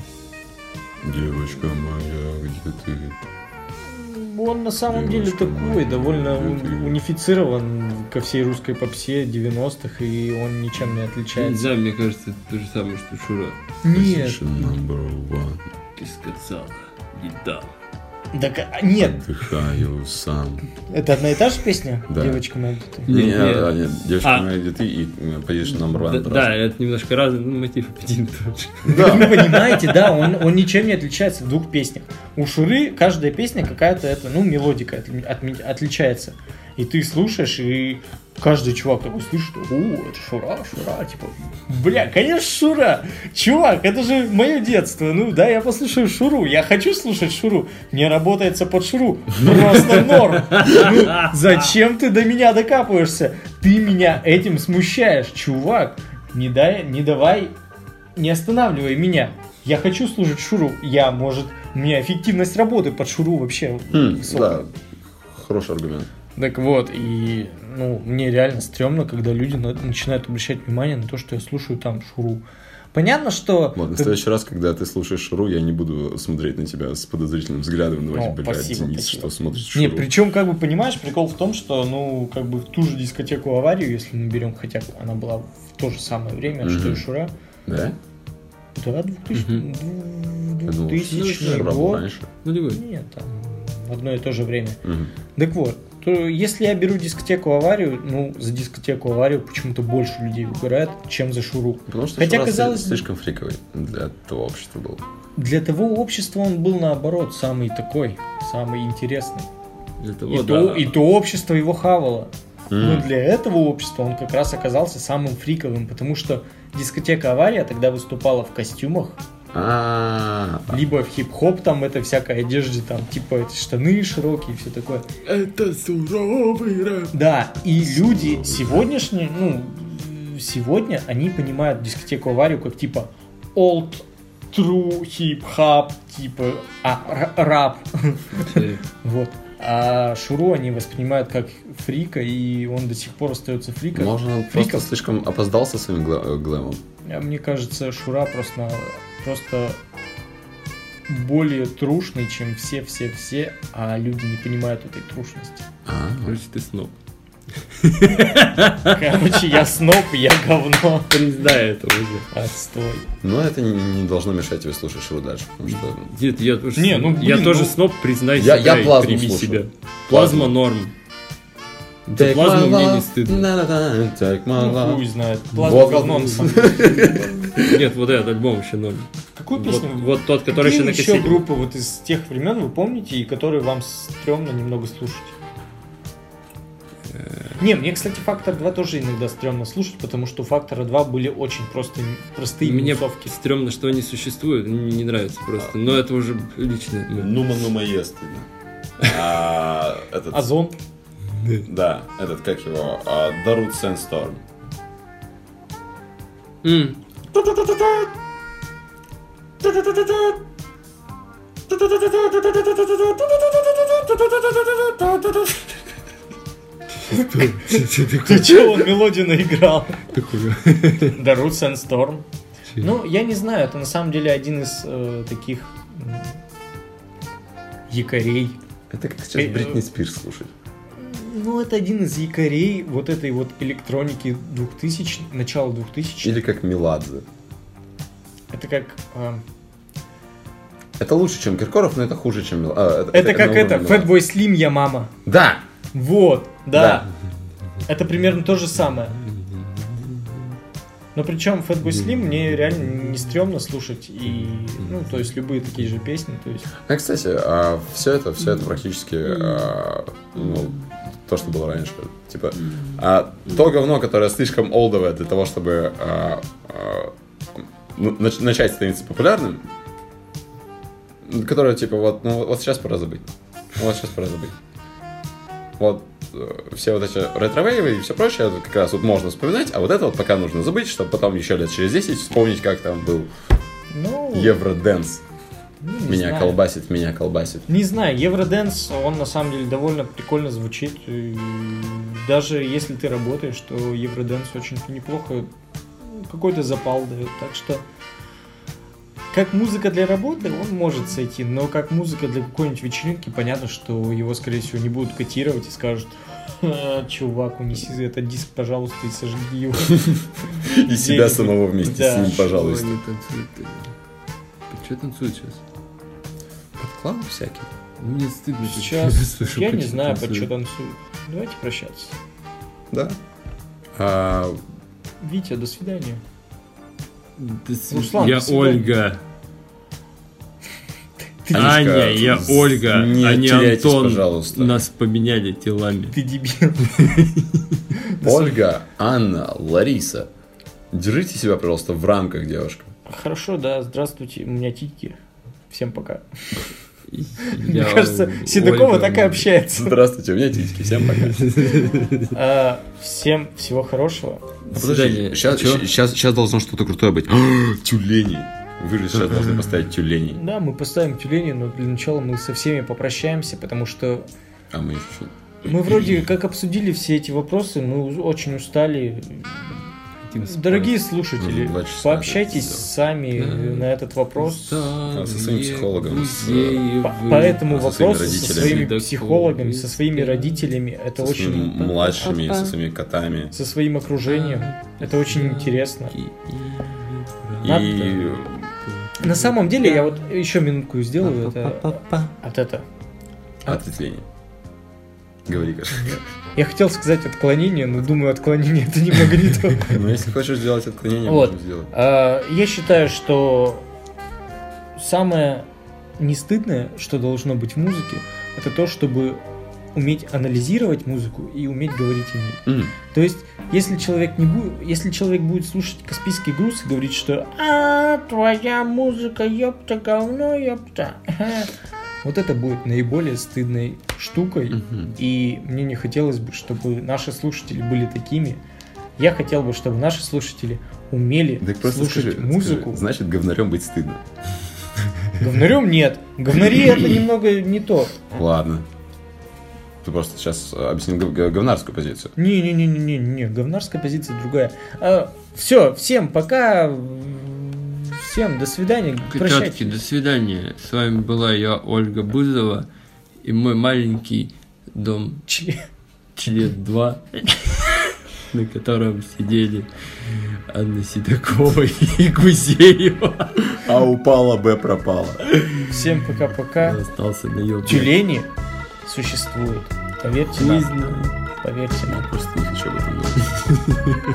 Девочка моя, где ты? Он на самом Девушка деле такой, моя, довольно где ты? унифицирован ко всей русской попсе девяностых, и он ничем не Я не отличается. знаю, мне кажется, это то же самое, что Шура. Нет, Position number one. Ты сказала, не дам. так, а, нет, Отдыхаю сам. это одна и та же песня? Да. Девочка моя, где ты? Нет, Не, нет. а, нет, девушка А. моя, где ты и э, Position number one. Да, просто. да, это немножко разный, ну, мотив один и тот же. Вы не понимаете, да, он, он ничем не отличается в двух песнях. У Шуры каждая песня какая-то, это, ну, мелодика отли- отми- отличается. И ты слушаешь, и каждый чувак такой слышит, о, это Шура, Шура, типа, бля, конечно, Шура, чувак, это же мое детство, ну, да, я послушаю Шуру, я хочу слушать Шуру, мне работается под Шуру, просто норм. Ну, зачем ты до меня докапываешься? Ты меня этим смущаешь, чувак, не дай, не давай, не останавливай меня. Я хочу слушать Шуру, я, может, у меня эффективность работы под Шуру вообще Хм, высокая. да, хороший аргумент. Так вот, и ну, мне реально стрёмно, когда люди на- начинают обращать внимание на то, что я слушаю там Шуру. Понятно, что... Ладно, в как- следующий раз, когда ты слушаешь Шуру, я не буду смотреть на тебя с подозрительным взглядом. Давайте, Ну, блядь, спасибо, Денис, спасибо. что смотришь Шуру. Не, причем, как бы, понимаешь, прикол в том, что, ну, как бы в ту же дискотеку «Аварию», если мы берем, хотя она была в то же самое время, что и Мгм. Шура, Да? да, двухтысячный, Я думал, двухтысячный Шура был год. раньше. Нулевой. Нет, там в одно и то же время. Мгм. Так вот, то если я беру дискотеку «Аварию», ну, за дискотеку «Аварию» почему-то больше людей выбирают, чем за Шуру. Потому что Хотя, Шура казалось- слишком фриковый для того общества был. Для того общества он был, наоборот, самый такой, самый интересный. Для И, того, то, да. и то общество его хавало. Но М. для этого общества он как раз оказался самым фриковым, потому что дискотека «Авария» тогда выступала в костюмах, А, либо в хип-хоп, там это всякой одежде, там типа эти штаны широкие и все такое. Это суровый рэп. Да, и люди сегодняшние, ну, сегодня они понимают дискотеку «Аварию» как типа old, true, hip-hop, типа а, р- рап. Вот. А Шуру они воспринимают как фрика, и он до сих пор остается фриком. Может, он Фриком. просто слишком опоздал со своим гла- глэмом. А мне кажется, Шура просто, на- просто более трушный, чем все-все-все, а люди не понимают этой трушности. А, Короче, ты сноб. Короче, я сноб, я говно. Признай это уже. Отстой. но это не, не должно мешать тебе слушать Шуру дальше, потому что... Нет, я тоже, Не, ну, я блин, тоже ну- сноб, признай Я- себя я и плазму прими слушаю. себя. Плазма норм. За плазму мне не стыдно. Да-да-да, take my Ну, love. хуй знает. Плазма Вот, говно, вот. на самом деле. Нет, вот этот альбом вообще норм. Какую Вот, песню? вот тот, который еще Какие на еще кассете. группы вот из тех времен вы помните, и которые вам стрёмно немного слушать? Не, мне, кстати, Фактор два тоже иногда стрёмно слушать, потому что у Фактора два были очень просто, простые Мне минусовки. стрёмно, что они существуют, мне не нравится просто. Но это уже лично. ну. Нума Нума ест. А, этот, Озон. да, этот, как его, а, Дарут Sandstorm. М. Ты чё, он мелодию наиграл? Дарут Sandstorm. Ну, я не знаю, это на самом деле один из э, таких м, якорей. Это как сейчас Э, Бритни Спирс слушать. Ну, это один из якорей вот этой вот электроники двухтысячных, начала двухтысячных. Или как Меладзе. Это как... э, Это лучше, чем Киркоров, но это хуже, чем Мел- а, это как на это, уровне Меладзе. Fatboy Slim, я мама. Да! Вот, да. Это примерно то же самое. Но причем Fatboy Slim мне реально не стрёмно слушать. И, ну, то есть любые такие же песни. То есть... А, кстати, все это, все это практически а, ну, то, что было раньше. Типа, а, то говно, которое слишком олдовое для того, чтобы а, а, ну, нач- начать становиться популярным, которое, типа, вот, ну, вот сейчас пора забыть. Вот сейчас пора забыть. Вот все вот эти ретро-вейвы и все прочее, это как раз вот можно вспоминать, а вот это вот пока нужно забыть, чтобы потом еще лет через десять вспомнить, как там был ну, Евродэнс. Ну, меня знаю. колбасит, меня колбасит. Не знаю, Евродэнс, он на самом деле довольно прикольно звучит. И даже если ты работаешь, то Евродэнс очень неплохо какой-то запал дает. Так что как музыка для работы он может сойти, но как музыка для какой-нибудь вечеринки, понятно, что его, скорее всего, не будут котировать и скажут: чувак, унеси этот диск, пожалуйста, и сожги его. И себя самого вместе с ним, пожалуйста. Что танцуют сейчас? Подклад всякий. Мне стыдно. Сейчас я не знаю, под что танцуют. Давайте прощаться. Да. А... Витя, до свидания. До свид... Руслан, я до свидания. Ольга. Ты Аня, я Ольга, не а не теряйтесь, Антон. Пожалуйста. Нас поменяли телами. Ты дебил. Ольга, Анна, Лариса. Держите себя, пожалуйста, в рамках, девушка. Хорошо, да, здравствуйте, у меня титьки. Всем пока. Я Мне кажется, Седокова Ольга, так и общается. Здравствуйте, у меня титьки, всем пока. А, всем всего хорошего. До свидания. Сейчас, Чё? сейчас, сейчас должно что-то крутое быть. Тюлени. Вы же сейчас должны поставить тюленей. Да, мы поставим тюлени, но для начала мы со всеми попрощаемся, потому что А мы еще... мы вроде как обсудили все эти вопросы, мы очень устали. Хотим спать. Дорогие слушатели, Ну, два часа, пообщайтесь да. сами на этот вопрос. со своим психологом, с- По, по этому со своими вопросу со родителями. своими Такой психологами, со своими родителями, это со своими очень... младшими, со своими котами. Со своим окружением. Это очень интересно. И... На самом деле, я вот еще минутку сделаю это, от это. Ответвление. Говори, конечно. Я хотел сказать отклонение, но думаю, отклонение это немного не то. Но если хочешь сделать отклонение, Вот. можем сделать. А, Я считаю, что самое не стыдное, что должно быть в музыке, это то, чтобы уметь анализировать музыку и уметь говорить о ней. М. То есть, если человек не будет, если человек будет слушать Каспийский груз и говорить, что а твоя музыка, ёпта, говно, ёпта, вот это будет наиболее стыдной штукой, Мгм. и мне не хотелось бы, чтобы наши слушатели были такими. Я хотел бы, чтобы наши слушатели умели Так просто слушать скажи, музыку. скажи, значит, говнарем быть стыдно. Говнарем нет. Говнари это немного не то. Ладно. Ты просто сейчас объяснил гов- гов- говнарскую позицию. Не-не-не-не-не, говнарская позиция другая. Все, всем пока. Всем до свидания. Котятки, Прощайте. до свидания. С вами была я, Ольга Бузова, и мой маленький дом Член. Член два, на котором сидели Анна Седокова и Гузеева. А упала, Б пропала. Всем пока-пока. Остался на елке. Тюлени существуют. Поверьте Не нам. знаю. Поверьте нам. Просто не хочу об этом думать.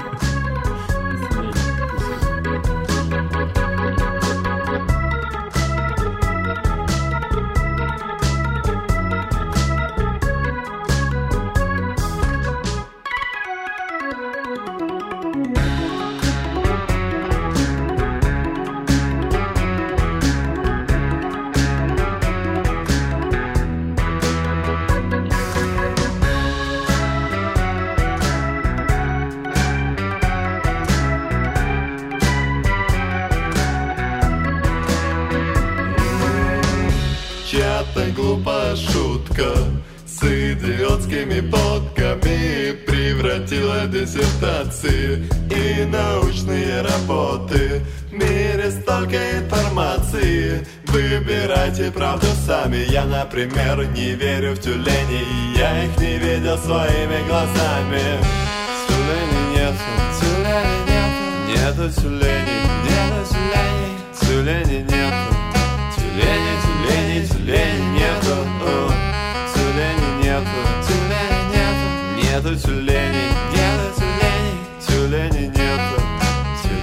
Чья-то глупая шутка с идиотскими подками превратила диссертации и научные работы. В мире столько информации, выбирайте правду сами. Я, например, не верю в тюленей, я их не видел своими глазами. Тюленей нету, тюленей нету, нету тюленей, нету тюленей, тюленей нету. Тюленей, тюленей, тюленей нету, о, тюленей нету, тюленей нету, нету тюленей, нету тюленей, тюленей нету,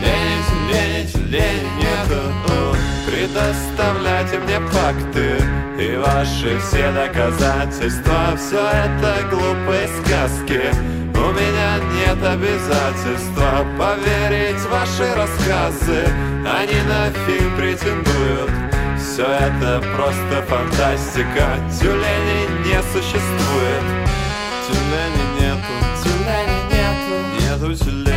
предоставляйте мне факты и ваши все доказательства. Все это глупые сказки, у меня нет обязательства поверить в ваши рассказы. Они на фильм претендуют, все это просто фантастика. Тюленей не существует, тюленей нету, тюленей нету, нету тюленей.